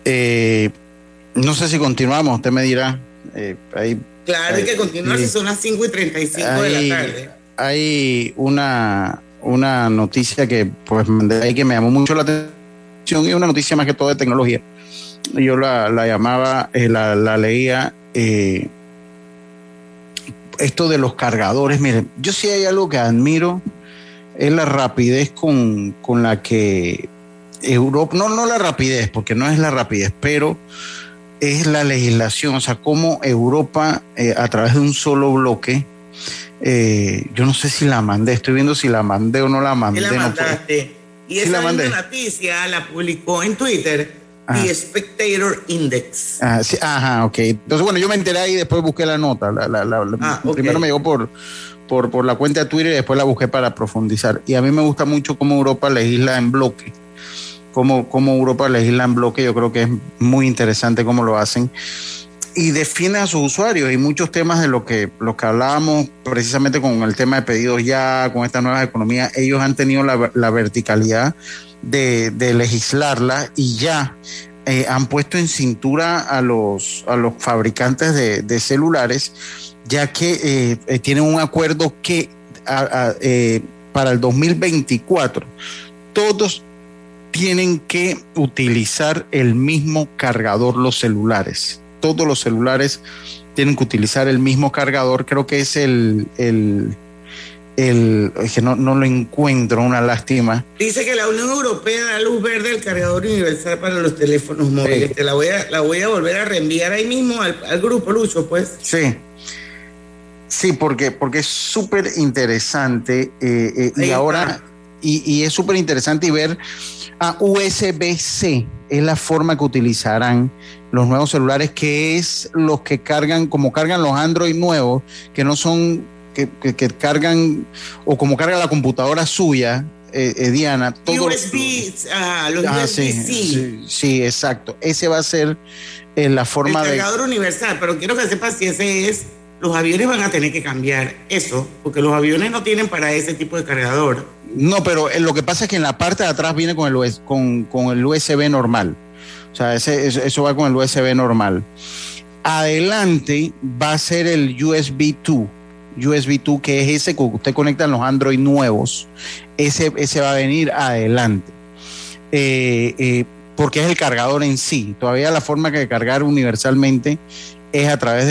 Speaker 5: No sé si continuamos, usted me dirá.
Speaker 4: Claro, hay que continuar si son las 5:35 de la tarde.
Speaker 5: Hay una noticia que pues mandé ahí que me llamó mucho la atención, y una noticia más que todo de tecnología. Yo la llamaba, la leía, esto de los cargadores. Miren, yo sí hay algo que admiro, es la rapidez con la que Europa, no la rapidez, porque no es la rapidez, pero es la legislación, o sea, cómo Europa, a través de un solo bloque, yo no sé si la mandé, estoy viendo si la mandé o no la mandé.
Speaker 4: ¿Qué la mandaste?
Speaker 5: No,
Speaker 4: y esa noticia la publicó en Twitter, The Spectator Index.
Speaker 5: Sí, ajá, ok. Entonces, bueno, yo me enteré ahí y después busqué la nota. Primero me llegó por la cuenta de Twitter y después la busqué para profundizar. Y a mí me gusta mucho cómo Europa legisla en bloque. Cómo Europa legisla en bloque, yo creo que es muy interesante cómo lo hacen. Y defiende a sus usuarios, y muchos temas de lo que hablábamos precisamente con el tema de pedidos ya, con estas nuevas economías, ellos han tenido la verticalidad de legislarla, y ya han puesto en cintura a los fabricantes de celulares, ya que tienen un acuerdo que para el 2024 todos tienen que utilizar el mismo cargador, los celulares. Todos los celulares tienen que utilizar el mismo cargador. Creo que es es que no lo encuentro, una lástima.
Speaker 4: Dice que la Unión Europea da luz verde al cargador universal para los teléfonos móviles. Te la voy a volver a reenviar ahí mismo al grupo, Lucho, pues.
Speaker 5: Sí, porque es súper interesante y ahora y es súper interesante y ver USB-C es la forma que utilizarán los nuevos celulares, que es los que cargan, como cargan los Android nuevos, que no son, que cargan, o como carga la computadora suya, Diana. Todo
Speaker 4: USB, los USB-C.
Speaker 5: Sí, exacto. Ese va a ser la forma
Speaker 4: el cargador universal, pero quiero que sepas si ese es, los aviones van a tener que cambiar eso, porque los aviones no tienen para ese tipo de cargador.
Speaker 5: No, pero lo que pasa es que en la parte de atrás viene con el USB normal. O sea, eso va con el USB normal. Adelante va a ser el USB 2, que es ese que usted conecta en los Android nuevos. Ese va a venir adelante. Porque es el cargador en sí. Todavía la forma de cargar universalmente es a través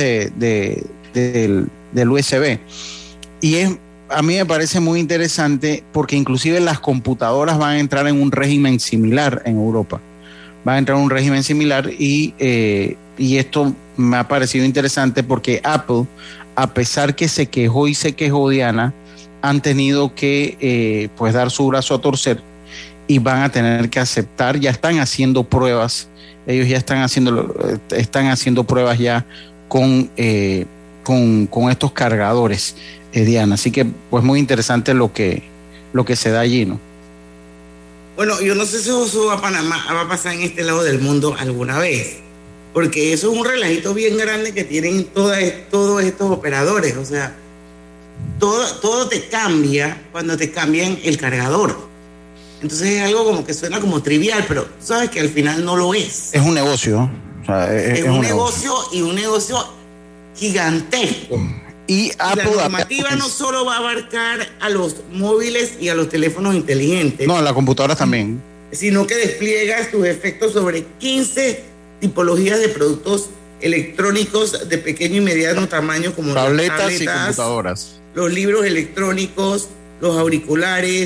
Speaker 5: del USB. Y a mí me parece muy interesante porque inclusive las computadoras van a entrar en un régimen similar en Europa. Van a entrar en un régimen similar y esto me ha parecido interesante porque Apple, a pesar que se quejó Diana, han tenido que pues dar su brazo a torcer y van a tener que aceptar, ya están haciendo pruebas, ellos ya están haciendo pruebas ya con estos cargadores, Diana. Así que pues muy interesante lo que se da allí, ¿no?
Speaker 4: Bueno, yo no sé si eso va a pasar en este lado del mundo alguna vez, porque eso es un relajito bien grande que tienen todos estos operadores. O sea, todo te cambia cuando te cambian el cargador. Entonces es algo como que suena como trivial, pero sabes que al final no lo es.
Speaker 5: Es un negocio. O sea, es un negocio
Speaker 4: y un negocio gigantesco.
Speaker 5: Y Apple,
Speaker 4: la normativa no solo va a abarcar a los móviles y a los teléfonos inteligentes.
Speaker 5: No, a las computadoras también.
Speaker 4: Sino que despliega sus efectos sobre 15 tipologías de productos electrónicos de pequeño y mediano tamaño, como
Speaker 5: tabletas y computadoras,
Speaker 4: los libros electrónicos, los auriculares,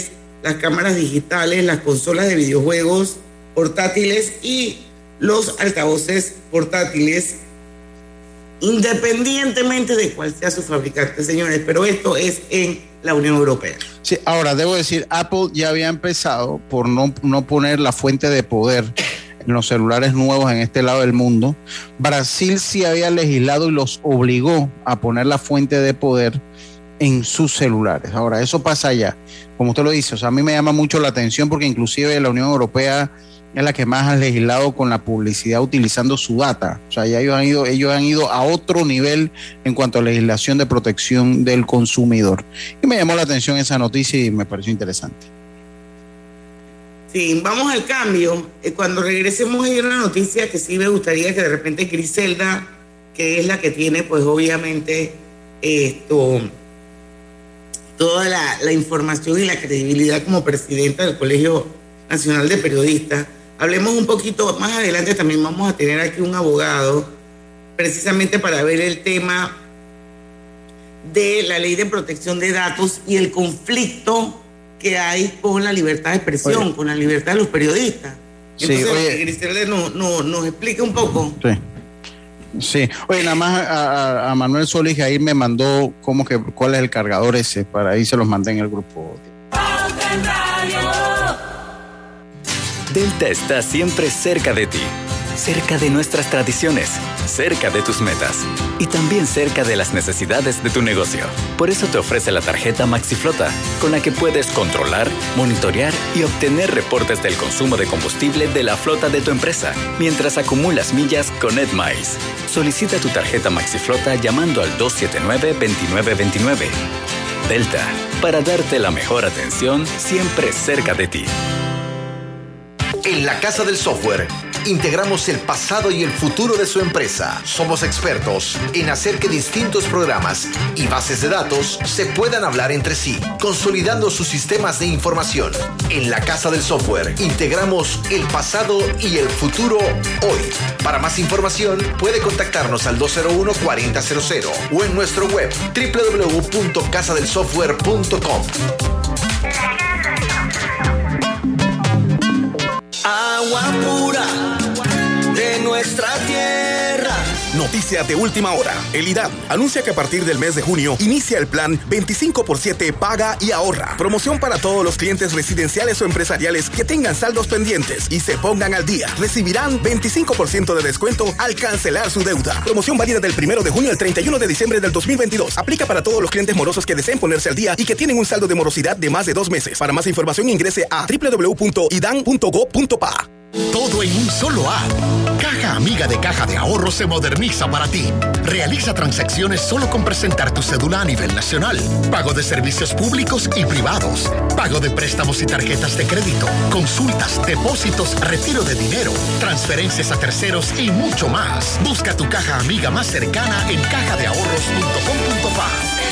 Speaker 4: las cámaras digitales, las consolas de videojuegos portátiles y los altavoces portátiles, independientemente de cuál sea su fabricante, señores, pero esto es en la Unión Europea.
Speaker 5: Sí, ahora debo decir, Apple ya había empezado por no poner la fuente de poder en los celulares nuevos en este lado del mundo. Brasil sí había legislado y los obligó a poner la fuente de poder en sus celulares. Ahora, eso pasa allá, como usted lo dice, o sea, a mí me llama mucho la atención porque inclusive la Unión Europea es la que más ha legislado con la publicidad utilizando su data. O sea, ya ellos han ido a otro nivel en cuanto a legislación de protección del consumidor. Y me llamó la atención esa noticia y me pareció interesante.
Speaker 4: Sí, vamos al cambio. Cuando regresemos hay una noticia que sí me gustaría que de repente Griselda, que es la que tiene pues obviamente toda la información y la credibilidad como presidenta del Colegio Nacional de Periodistas, hablemos un poquito más adelante. También vamos a tener aquí un abogado precisamente para ver el tema de la ley de protección de datos y el conflicto que hay con la libertad de expresión, con la libertad de los periodistas. Entonces, sí, Griselda nos explica un poco.
Speaker 5: Sí. Oye, nada más a Manuel Solís ahí me mandó cuál es el cargador ese, para ahí se los mandé en el grupo.
Speaker 8: Delta está siempre cerca de ti, cerca de nuestras tradiciones, cerca de tus metas y también cerca de las necesidades de tu negocio. Por eso te ofrece la tarjeta MaxiFlota, con la que puedes controlar, monitorear y obtener reportes del consumo de combustible de la flota de tu empresa, mientras acumulas millas con EdMiles. Solicita tu tarjeta MaxiFlota llamando al 279-2929. Delta, para darte la mejor atención siempre cerca de ti.
Speaker 6: En la Casa del Software, integramos el pasado y el futuro de su empresa. Somos expertos en hacer que distintos programas y bases de datos se puedan hablar entre sí, consolidando sus sistemas de información. En la Casa del Software, integramos el pasado y el futuro hoy. Para más información, puede contactarnos al 201-4000 o en nuestro web www.casadelsoftware.com.
Speaker 9: Agua pura de nuestra tierra.
Speaker 23: Noticia de última hora. El IDAM anuncia que a partir del mes de junio inicia el plan 25x7 Paga y Ahorra. Promoción para todos los clientes residenciales o empresariales que tengan saldos pendientes y se pongan al día. Recibirán 25% de descuento al cancelar su deuda. Promoción válida del 1 de junio al 31 de diciembre del 2022. Aplica para todos los clientes morosos que deseen ponerse al día y que tienen un saldo de morosidad de más de 2 meses. Para más información ingrese a www.idan.go.pa.
Speaker 22: Todo en un solo app. Caja Amiga de Caja de Ahorros se moderniza para ti. Realiza transacciones solo con presentar tu cédula a nivel nacional. Pago de servicios públicos y privados. Pago de préstamos y tarjetas de crédito. Consultas, depósitos, retiro de dinero, transferencias a terceros y mucho más. Busca tu Caja Amiga más cercana en cajadeahorros.com.pa.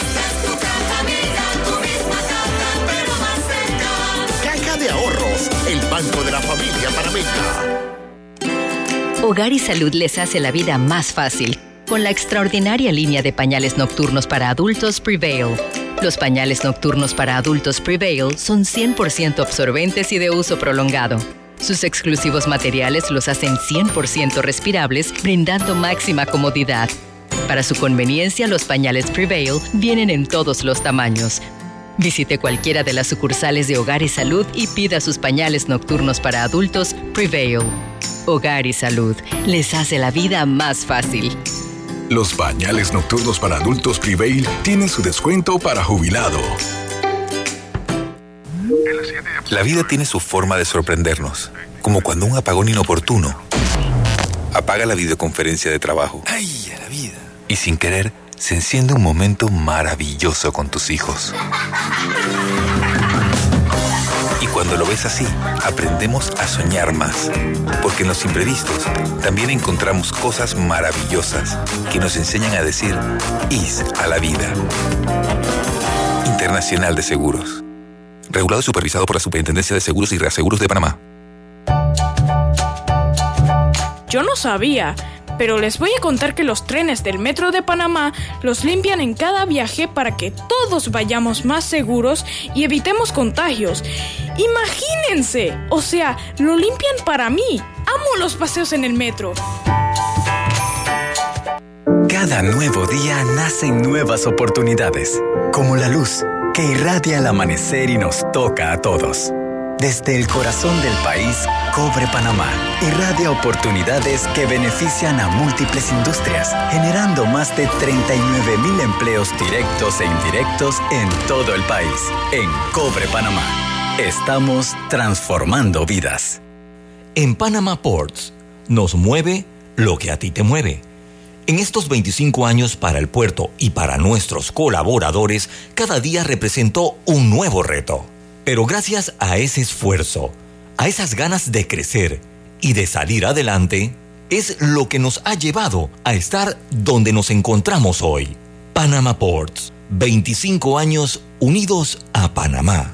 Speaker 22: Caja de Ahorros, el banco de la familia panameña.
Speaker 17: Hogar y Salud les hace la vida más fácil con la extraordinaria línea de pañales nocturnos para adultos Prevail. Los pañales nocturnos para adultos Prevail son 100% absorbentes y de uso prolongado. Sus exclusivos materiales los hacen 100% respirables, brindando máxima comodidad. Para su conveniencia, los pañales Prevail vienen en todos los tamaños. Visite cualquiera de las sucursales de Hogar y Salud y pida sus pañales nocturnos para adultos Prevail. Hogar y Salud les hace la vida más fácil.
Speaker 10: Los pañales nocturnos para adultos Prevail tienen su descuento para jubilado.
Speaker 11: La vida tiene su forma de sorprendernos, como cuando un apagón inoportuno apaga la videoconferencia de trabajo. ¡Ay, a la vida! Y sin querer, se enciende un momento maravilloso con tus hijos. Y cuando lo ves así, aprendemos a soñar más. Porque en los imprevistos también encontramos cosas maravillosas que nos enseñan a decir IS a la vida. Internacional de Seguros. Regulado y supervisado por la Superintendencia de Seguros y Reaseguros de Panamá.
Speaker 12: Yo no sabía, pero les voy a contar que los trenes del Metro de Panamá los limpian en cada viaje para que todos vayamos más seguros y evitemos contagios. ¡Imagínense! O sea, lo limpian para mí. ¡Amo los paseos en el metro!
Speaker 8: Cada nuevo día nacen nuevas oportunidades, como la luz que irradia el amanecer y nos toca a todos. Desde el corazón del país, Cobre Panamá irradia oportunidades que benefician a múltiples industrias, generando más de 39,000 empleos directos e indirectos en todo el país. En Cobre Panamá, estamos transformando vidas.
Speaker 1: En Panama Ports, nos mueve lo que a ti te mueve. En estos 25 años para el puerto y para nuestros colaboradores, cada día representó un nuevo reto. Pero gracias a ese esfuerzo, a esas ganas de crecer y de salir adelante, es lo que nos ha llevado a estar donde nos encontramos hoy. Panama Ports, 25 años unidos a Panamá.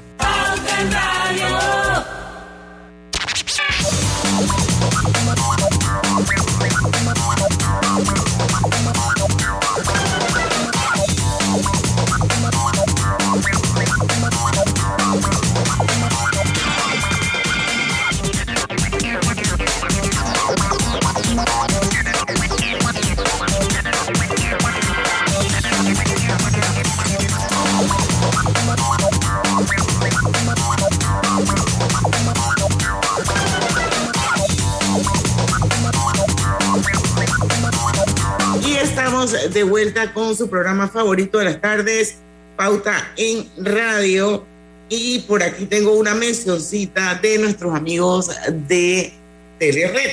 Speaker 4: De vuelta con su programa favorito de las tardes, Pauta en Radio, y por aquí tengo una mencioncita de nuestros amigos de Telered.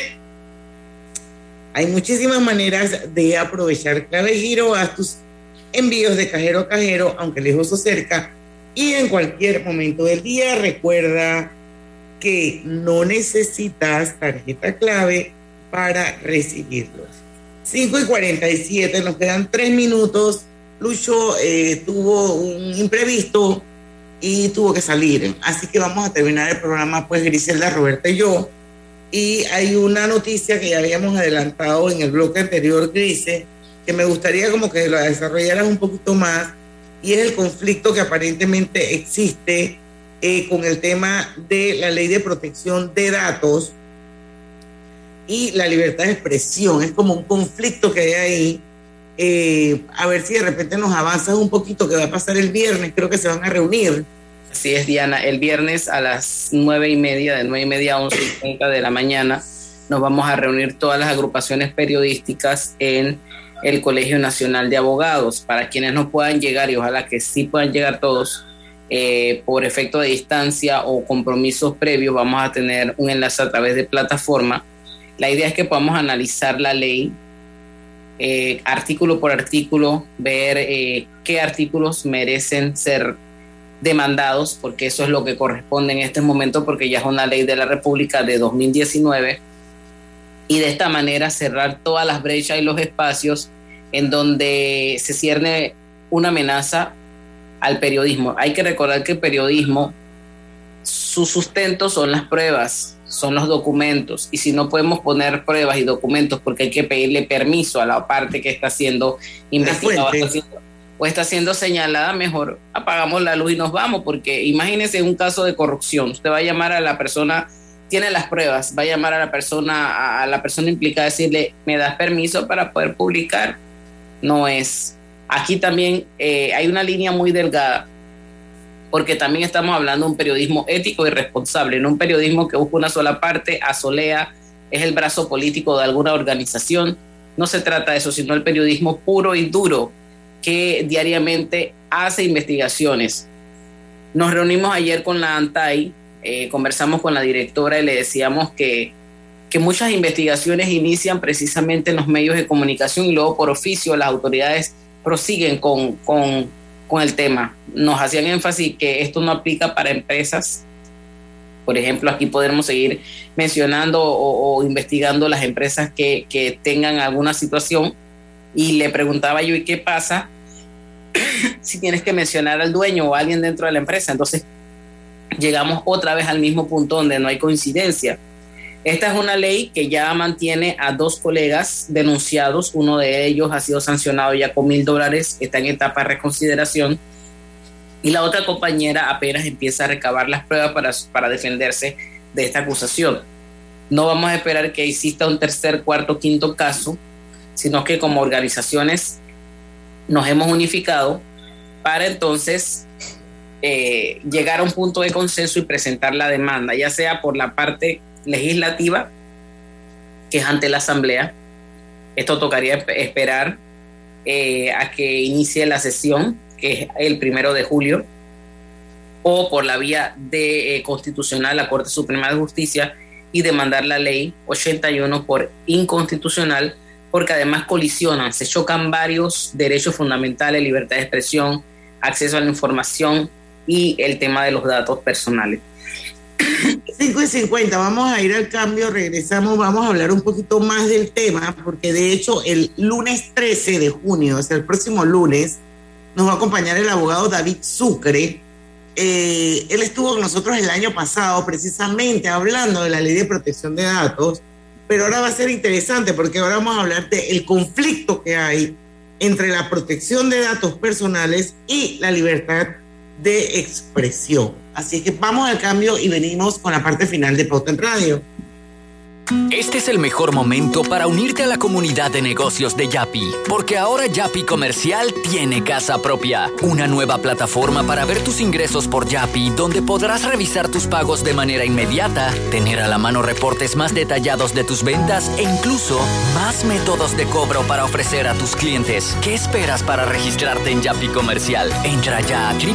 Speaker 4: Hay muchísimas maneras de aprovechar Clave Giro. Haz tus envíos de cajero a cajero, aunque lejos o cerca, y en cualquier momento del día. Recuerda que no necesitas tarjeta clave para recibirlos. 5:47, nos quedan 3 minutos. Lucho tuvo un imprevisto y tuvo que salir, así que vamos a terminar el programa, pues Griselda, Roberta y yo. Y hay una noticia que ya habíamos adelantado en el bloque anterior, Grise, que me gustaría como que la desarrollaras un poquito más, y es el conflicto que aparentemente existe con el tema de la ley de protección de datos y la libertad de expresión. Es como un conflicto que hay ahí. A ver si de repente nos avanzas un poquito, que va a pasar el viernes, creo que se van a reunir.
Speaker 7: Así es, Diana, el viernes a las 9:30, de 9:30 a 11:30 de la mañana, nos vamos a reunir todas las agrupaciones periodísticas en el Colegio Nacional de Abogados. Para quienes no puedan llegar, y ojalá que sí puedan llegar todos, por efecto de distancia o compromisos previos, vamos a tener un enlace a través de plataforma. La idea es que podamos analizar la ley artículo por artículo, ver qué artículos merecen ser demandados, porque eso es lo que corresponde en este momento, porque ya es una ley de la República de 2019, y de esta manera cerrar todas las brechas y los espacios en donde se cierne una amenaza al periodismo. Hay que recordar que el periodismo, su sustento son las pruebas, son los documentos, y si no podemos poner pruebas y documentos porque hay que pedirle permiso a la parte que está siendo investigada o está siendo señalada, mejor apagamos la luz y nos vamos, porque imagínense un caso de corrupción, usted va a llamar a la persona, tiene las pruebas, va a llamar a la persona implicada, decirle, ¿me das permiso para poder publicar? No es. Aquí también hay una línea muy delgada, porque también estamos hablando de un periodismo ético y responsable, no un periodismo que busca una sola parte, asolea, es el brazo político de alguna organización. No se trata de eso, sino el periodismo puro y duro que diariamente hace investigaciones. Nos reunimos ayer con la ANTAI, conversamos con la directora y le decíamos que muchas investigaciones inician precisamente en los medios de comunicación y luego por oficio las autoridades prosiguen con el tema. Nos hacían énfasis que esto no aplica para empresas. Por ejemplo, aquí podremos seguir mencionando o investigando las empresas que tengan alguna situación, y le preguntaba yo, ¿y qué pasa si tienes que mencionar al dueño o a alguien dentro de la empresa? Entonces llegamos otra vez al mismo punto donde no hay coincidencia. Esta es una ley que ya mantiene a 2 colegas denunciados. Uno de ellos ha sido sancionado ya con $1,000, está en etapa de reconsideración. Y la otra compañera apenas empieza a recabar las pruebas para defenderse de esta acusación. No vamos a esperar que exista un tercer, cuarto, quinto caso, sino que como organizaciones nos hemos unificado para entonces llegar a un punto de consenso y presentar la demanda, ya sea por la parte legislativa, que es ante la Asamblea. Esto tocaría esperar a que inicie la sesión, que es el 1 de julio, o por la vía de constitucional, la Corte Suprema de Justicia, y demandar la ley 81 por inconstitucional, porque además se chocan varios derechos fundamentales, libertad de expresión, acceso a la información y el tema de los datos personales.
Speaker 4: 5:50, vamos a ir al cambio, regresamos, vamos a hablar un poquito más del tema, porque de hecho el lunes 13 de junio, o sea, el próximo lunes, nos va a acompañar el abogado David Sucre. Él estuvo con nosotros el año pasado precisamente hablando de la ley de protección de datos, pero ahora va a ser interesante porque ahora vamos a hablar del conflicto que hay entre la protección de datos personales y la libertad de expresión. Así que vamos al cambio y venimos con la parte final de Pauta en Radio.
Speaker 13: Este es el mejor momento para unirte a la comunidad de negocios de Yapi, porque ahora Yapi Comercial tiene casa propia, una nueva plataforma para ver tus ingresos por Yapi, donde podrás revisar tus pagos de manera inmediata, tener a la mano reportes más detallados de tus ventas e incluso más métodos de cobro para ofrecer a tus clientes. ¿Qué esperas para registrarte en Yapi Comercial? Entra ya a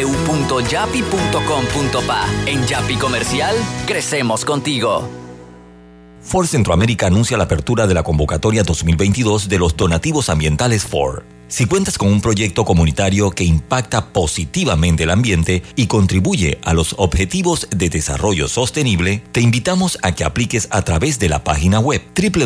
Speaker 13: www.yapi.com.pa. En Yapi Comercial, crecemos contigo.
Speaker 1: Ford Centroamérica anuncia la apertura de la convocatoria 2022 de los donativos ambientales Ford. Si cuentas con un proyecto comunitario que impacta positivamente el ambiente y contribuye a los objetivos de desarrollo sostenible, te invitamos a que apliques a través de la página web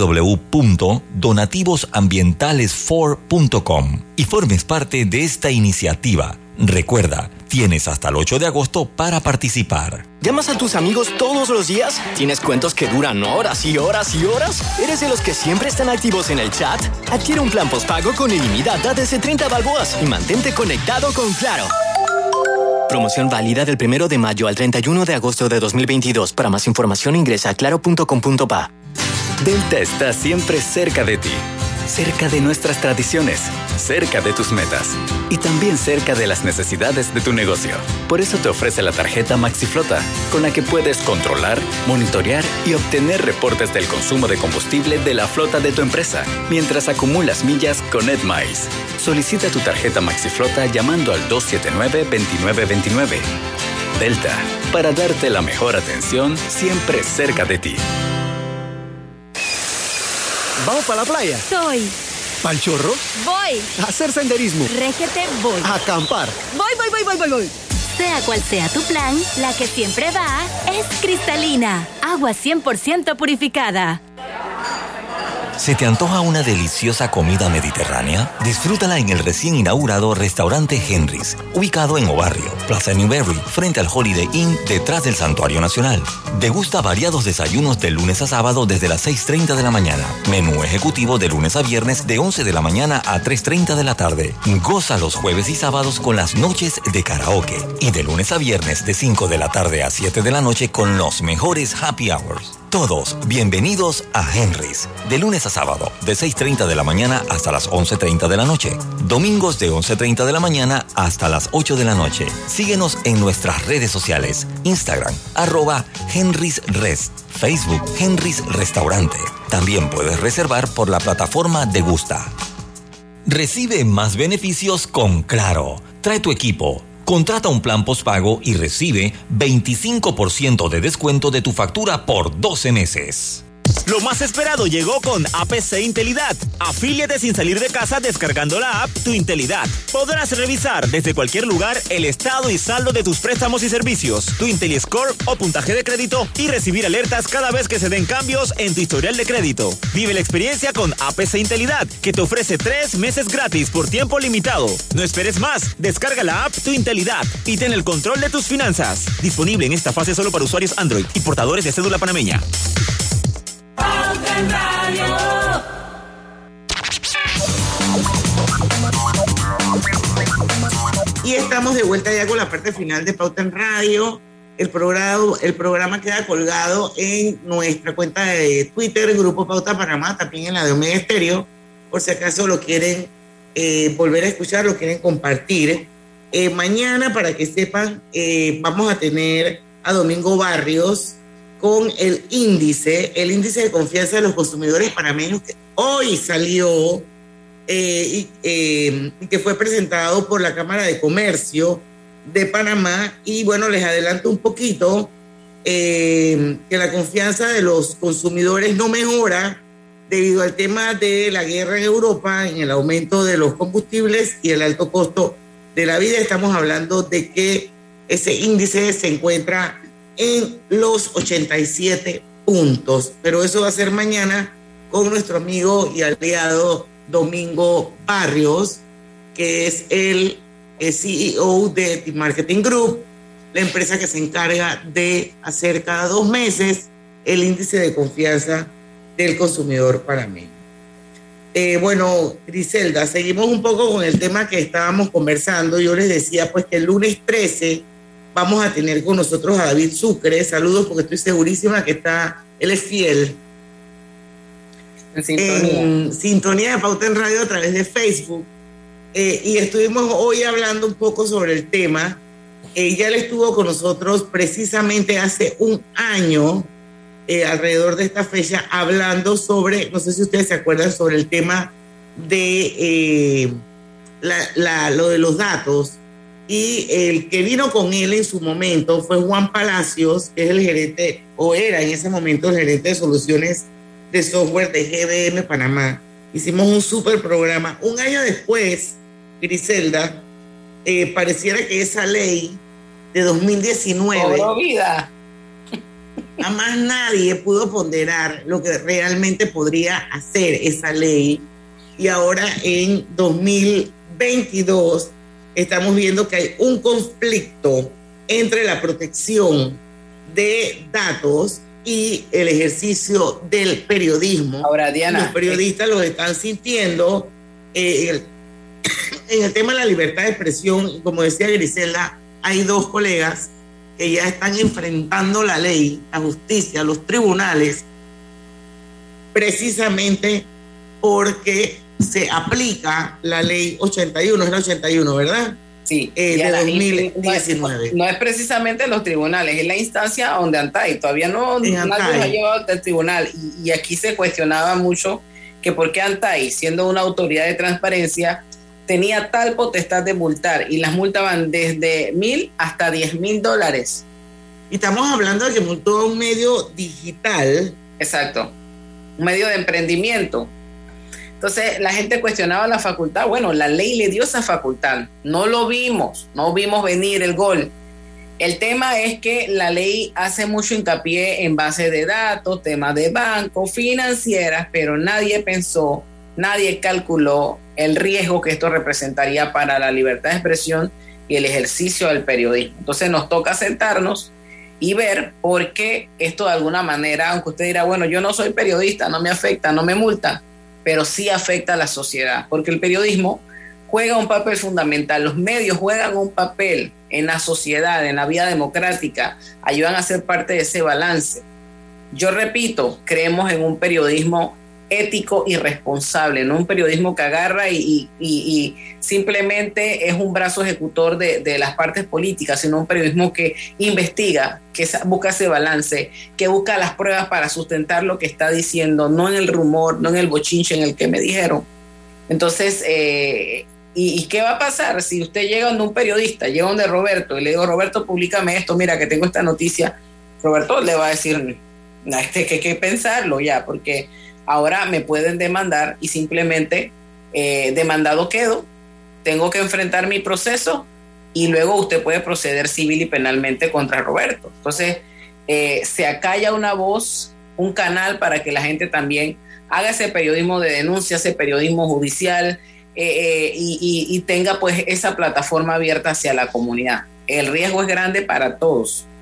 Speaker 1: www.donativosambientalesford.com y formes parte de esta iniciativa. Recuerda, tienes hasta el 8 de agosto para participar.
Speaker 14: ¿Llamas a tus amigos todos los días? ¿Tienes cuentos que duran horas y horas y horas? ¿Eres de los que siempre están activos en el chat? Adquiere un plan postpago con ilimitada desde 30 balboas y mantente conectado con Claro. Promoción válida del 1 de mayo al 31 de agosto de 2022. Para más información ingresa a claro.com.pa.
Speaker 8: Delta está siempre cerca de ti. Cerca de nuestras tradiciones, cerca de tus metas y también cerca de las necesidades de tu negocio. Por eso te ofrece la tarjeta MaxiFlota, con la que puedes controlar, monitorear y obtener reportes del consumo de combustible de la flota de tu empresa, mientras acumulas millas con EdMiles. Solicita tu tarjeta MaxiFlota llamando al 279-2929. Delta, para darte la mejor atención siempre cerca de ti.
Speaker 15: ¿Vamos para la playa?
Speaker 24: Soy.
Speaker 15: ¿Pa'l chorro?
Speaker 24: Voy.
Speaker 15: A hacer senderismo.
Speaker 24: Régete, voy.
Speaker 15: A acampar.
Speaker 24: Voy. Sea cual sea tu plan, la que siempre va es cristalina. Agua 100% purificada.
Speaker 1: ¿Se te antoja una deliciosa comida mediterránea? Disfrútala en el recién inaugurado restaurante Henry's, ubicado en Obarrio, Plaza Newberry, frente al Holiday Inn, detrás del Santuario Nacional. Degusta variados desayunos de lunes a sábado desde las 6:30 de la mañana. Menú ejecutivo de lunes a viernes de 11 de la mañana a 3:30 de la tarde. Goza los jueves y sábados con las noches de karaoke. Y de lunes a viernes de 5 de la tarde a 7 de la noche con los mejores happy hours. Todos bienvenidos a Henry's, de lunes a sábado, de 6:30 de la mañana hasta las 11:30 de la noche. Domingos de 11:30 de la mañana hasta las 8 de la noche. Síguenos en nuestras redes sociales, Instagram, @Henry'sRest, Facebook, Henry's Restaurante. También puedes reservar por la plataforma Degusta. Recibe más beneficios con Claro. Trae tu equipo. Contrata un plan postpago y recibe 25% de descuento de tu factura por 12 meses.
Speaker 21: Lo más esperado llegó con APC Intelidad. Afíliate sin salir de casa descargando la app Tu Intelidad. Podrás revisar desde cualquier lugar el estado y saldo de tus préstamos y servicios, tu IntelliScore o puntaje de crédito y recibir alertas cada vez que se den cambios en tu historial de crédito. Vive la experiencia con APC Intelidad, que te ofrece 3 meses gratis por tiempo limitado. No esperes más. Descarga la app Tu Intelidad y ten el control de tus finanzas. Disponible en esta fase solo para usuarios Android y portadores de cédula panameña.
Speaker 3: Pauta en Radio.
Speaker 4: Y estamos de vuelta ya con la parte final de Pauta en Radio. El programa queda colgado en nuestra cuenta de Twitter, Grupo Pauta Panamá, también en la de Omega Estéreo, por si acaso lo quieren volver a escuchar, lo quieren compartir. Mañana, para que sepan, vamos a tener a Domingo Barrios con el índice de confianza de los consumidores panameños, que hoy salió y que fue presentado por la Cámara de Comercio de Panamá. Y bueno, les adelanto un poquito que la confianza de los consumidores no mejora debido al tema de la guerra en Europa, en el aumento de los combustibles y el alto costo de la vida. Estamos hablando de que ese índice se encuentra en los 87 puntos, pero eso va a ser mañana con nuestro amigo y aliado Domingo Barrios, que es el CEO de Team Marketing Group, la empresa que se encarga de hacer cada 2 meses el índice de confianza del consumidor panameño. Bueno, Griselda, seguimos un poco con el tema que estábamos conversando. Yo les decía pues que el lunes 13 vamos a tener con nosotros a David Sucre. Saludos, porque estoy segurísima que él es fiel. En sintonía de Pauta en Radio a través de Facebook. Y estuvimos hoy hablando un poco sobre el tema. Ya él estuvo con nosotros precisamente hace un año, alrededor de esta fecha, hablando sobre, no sé si ustedes se acuerdan, sobre el tema de lo de los datos. Y el que vino con él en su momento fue Juan Palacios, que es el gerente, o era en ese momento el gerente de soluciones de software de GBM Panamá. Hicimos un súper programa. Un año después, Griselda, pareciera que esa ley de 2019
Speaker 7: cobró vida.
Speaker 4: Jamás nadie pudo ponderar lo que realmente podría hacer esa ley. Y ahora en 2022 estamos viendo que hay un conflicto entre la protección de datos y el ejercicio del periodismo.
Speaker 7: Ahora, Diana,
Speaker 4: los periodistas los están sintiendo en el tema de la libertad de expresión. Como decía Griselda, hay 2 colegas que ya están enfrentando la ley, la justicia, los tribunales, precisamente porque se aplica la ley 81, es la 81, ¿verdad?
Speaker 7: Sí,
Speaker 4: de 2019.
Speaker 7: No es precisamente los tribunales, es la instancia donde ANTAI, todavía nadie lo ha llevado al tribunal, y aquí se cuestionaba mucho que por qué ANTAI, siendo una autoridad de transparencia, tenía tal potestad de multar, y las multas van desde $1,000 hasta $10,000.
Speaker 4: Y estamos hablando de que multó a un medio digital.
Speaker 7: Exacto, un medio de emprendimiento. Entonces la gente cuestionaba la facultad. Bueno, la ley le dio esa facultad, no vimos venir el gol. El tema es que la ley hace mucho hincapié en bases de datos, temas de banco, financieras, pero nadie pensó, nadie calculó el riesgo que esto representaría para la libertad de expresión y el ejercicio del periodismo. Entonces nos toca sentarnos y ver por qué esto de alguna manera, aunque usted dirá, bueno, yo no soy periodista, no me afecta, no me multa, pero sí afecta a la sociedad, porque el periodismo juega un papel fundamental, los medios juegan un papel en la sociedad, en la vida democrática, ayudan a ser parte de ese balance. Yo repito, creemos en un periodismo ético y responsable, no un periodismo que agarra y simplemente es un brazo ejecutor de las partes políticas, sino un periodismo que investiga, que busca ese balance, que busca las pruebas para sustentar lo que está diciendo, no en el rumor, no en el bochinche en el que me dijeron. Entonces, ¿y qué va a pasar si usted llega donde un periodista, llega donde Roberto y le digo, Roberto, públicame esto, mira que tengo esta noticia? Roberto le va a decir, que hay que pensarlo ya, porque ahora me pueden demandar y simplemente demandado quedo, tengo que enfrentar mi proceso y luego usted puede proceder civil y penalmente contra Roberto. Entonces se acalla una voz, un canal para que la gente también haga ese periodismo de denuncia, ese periodismo judicial y tenga pues esa plataforma abierta hacia la comunidad. El riesgo es grande para todos,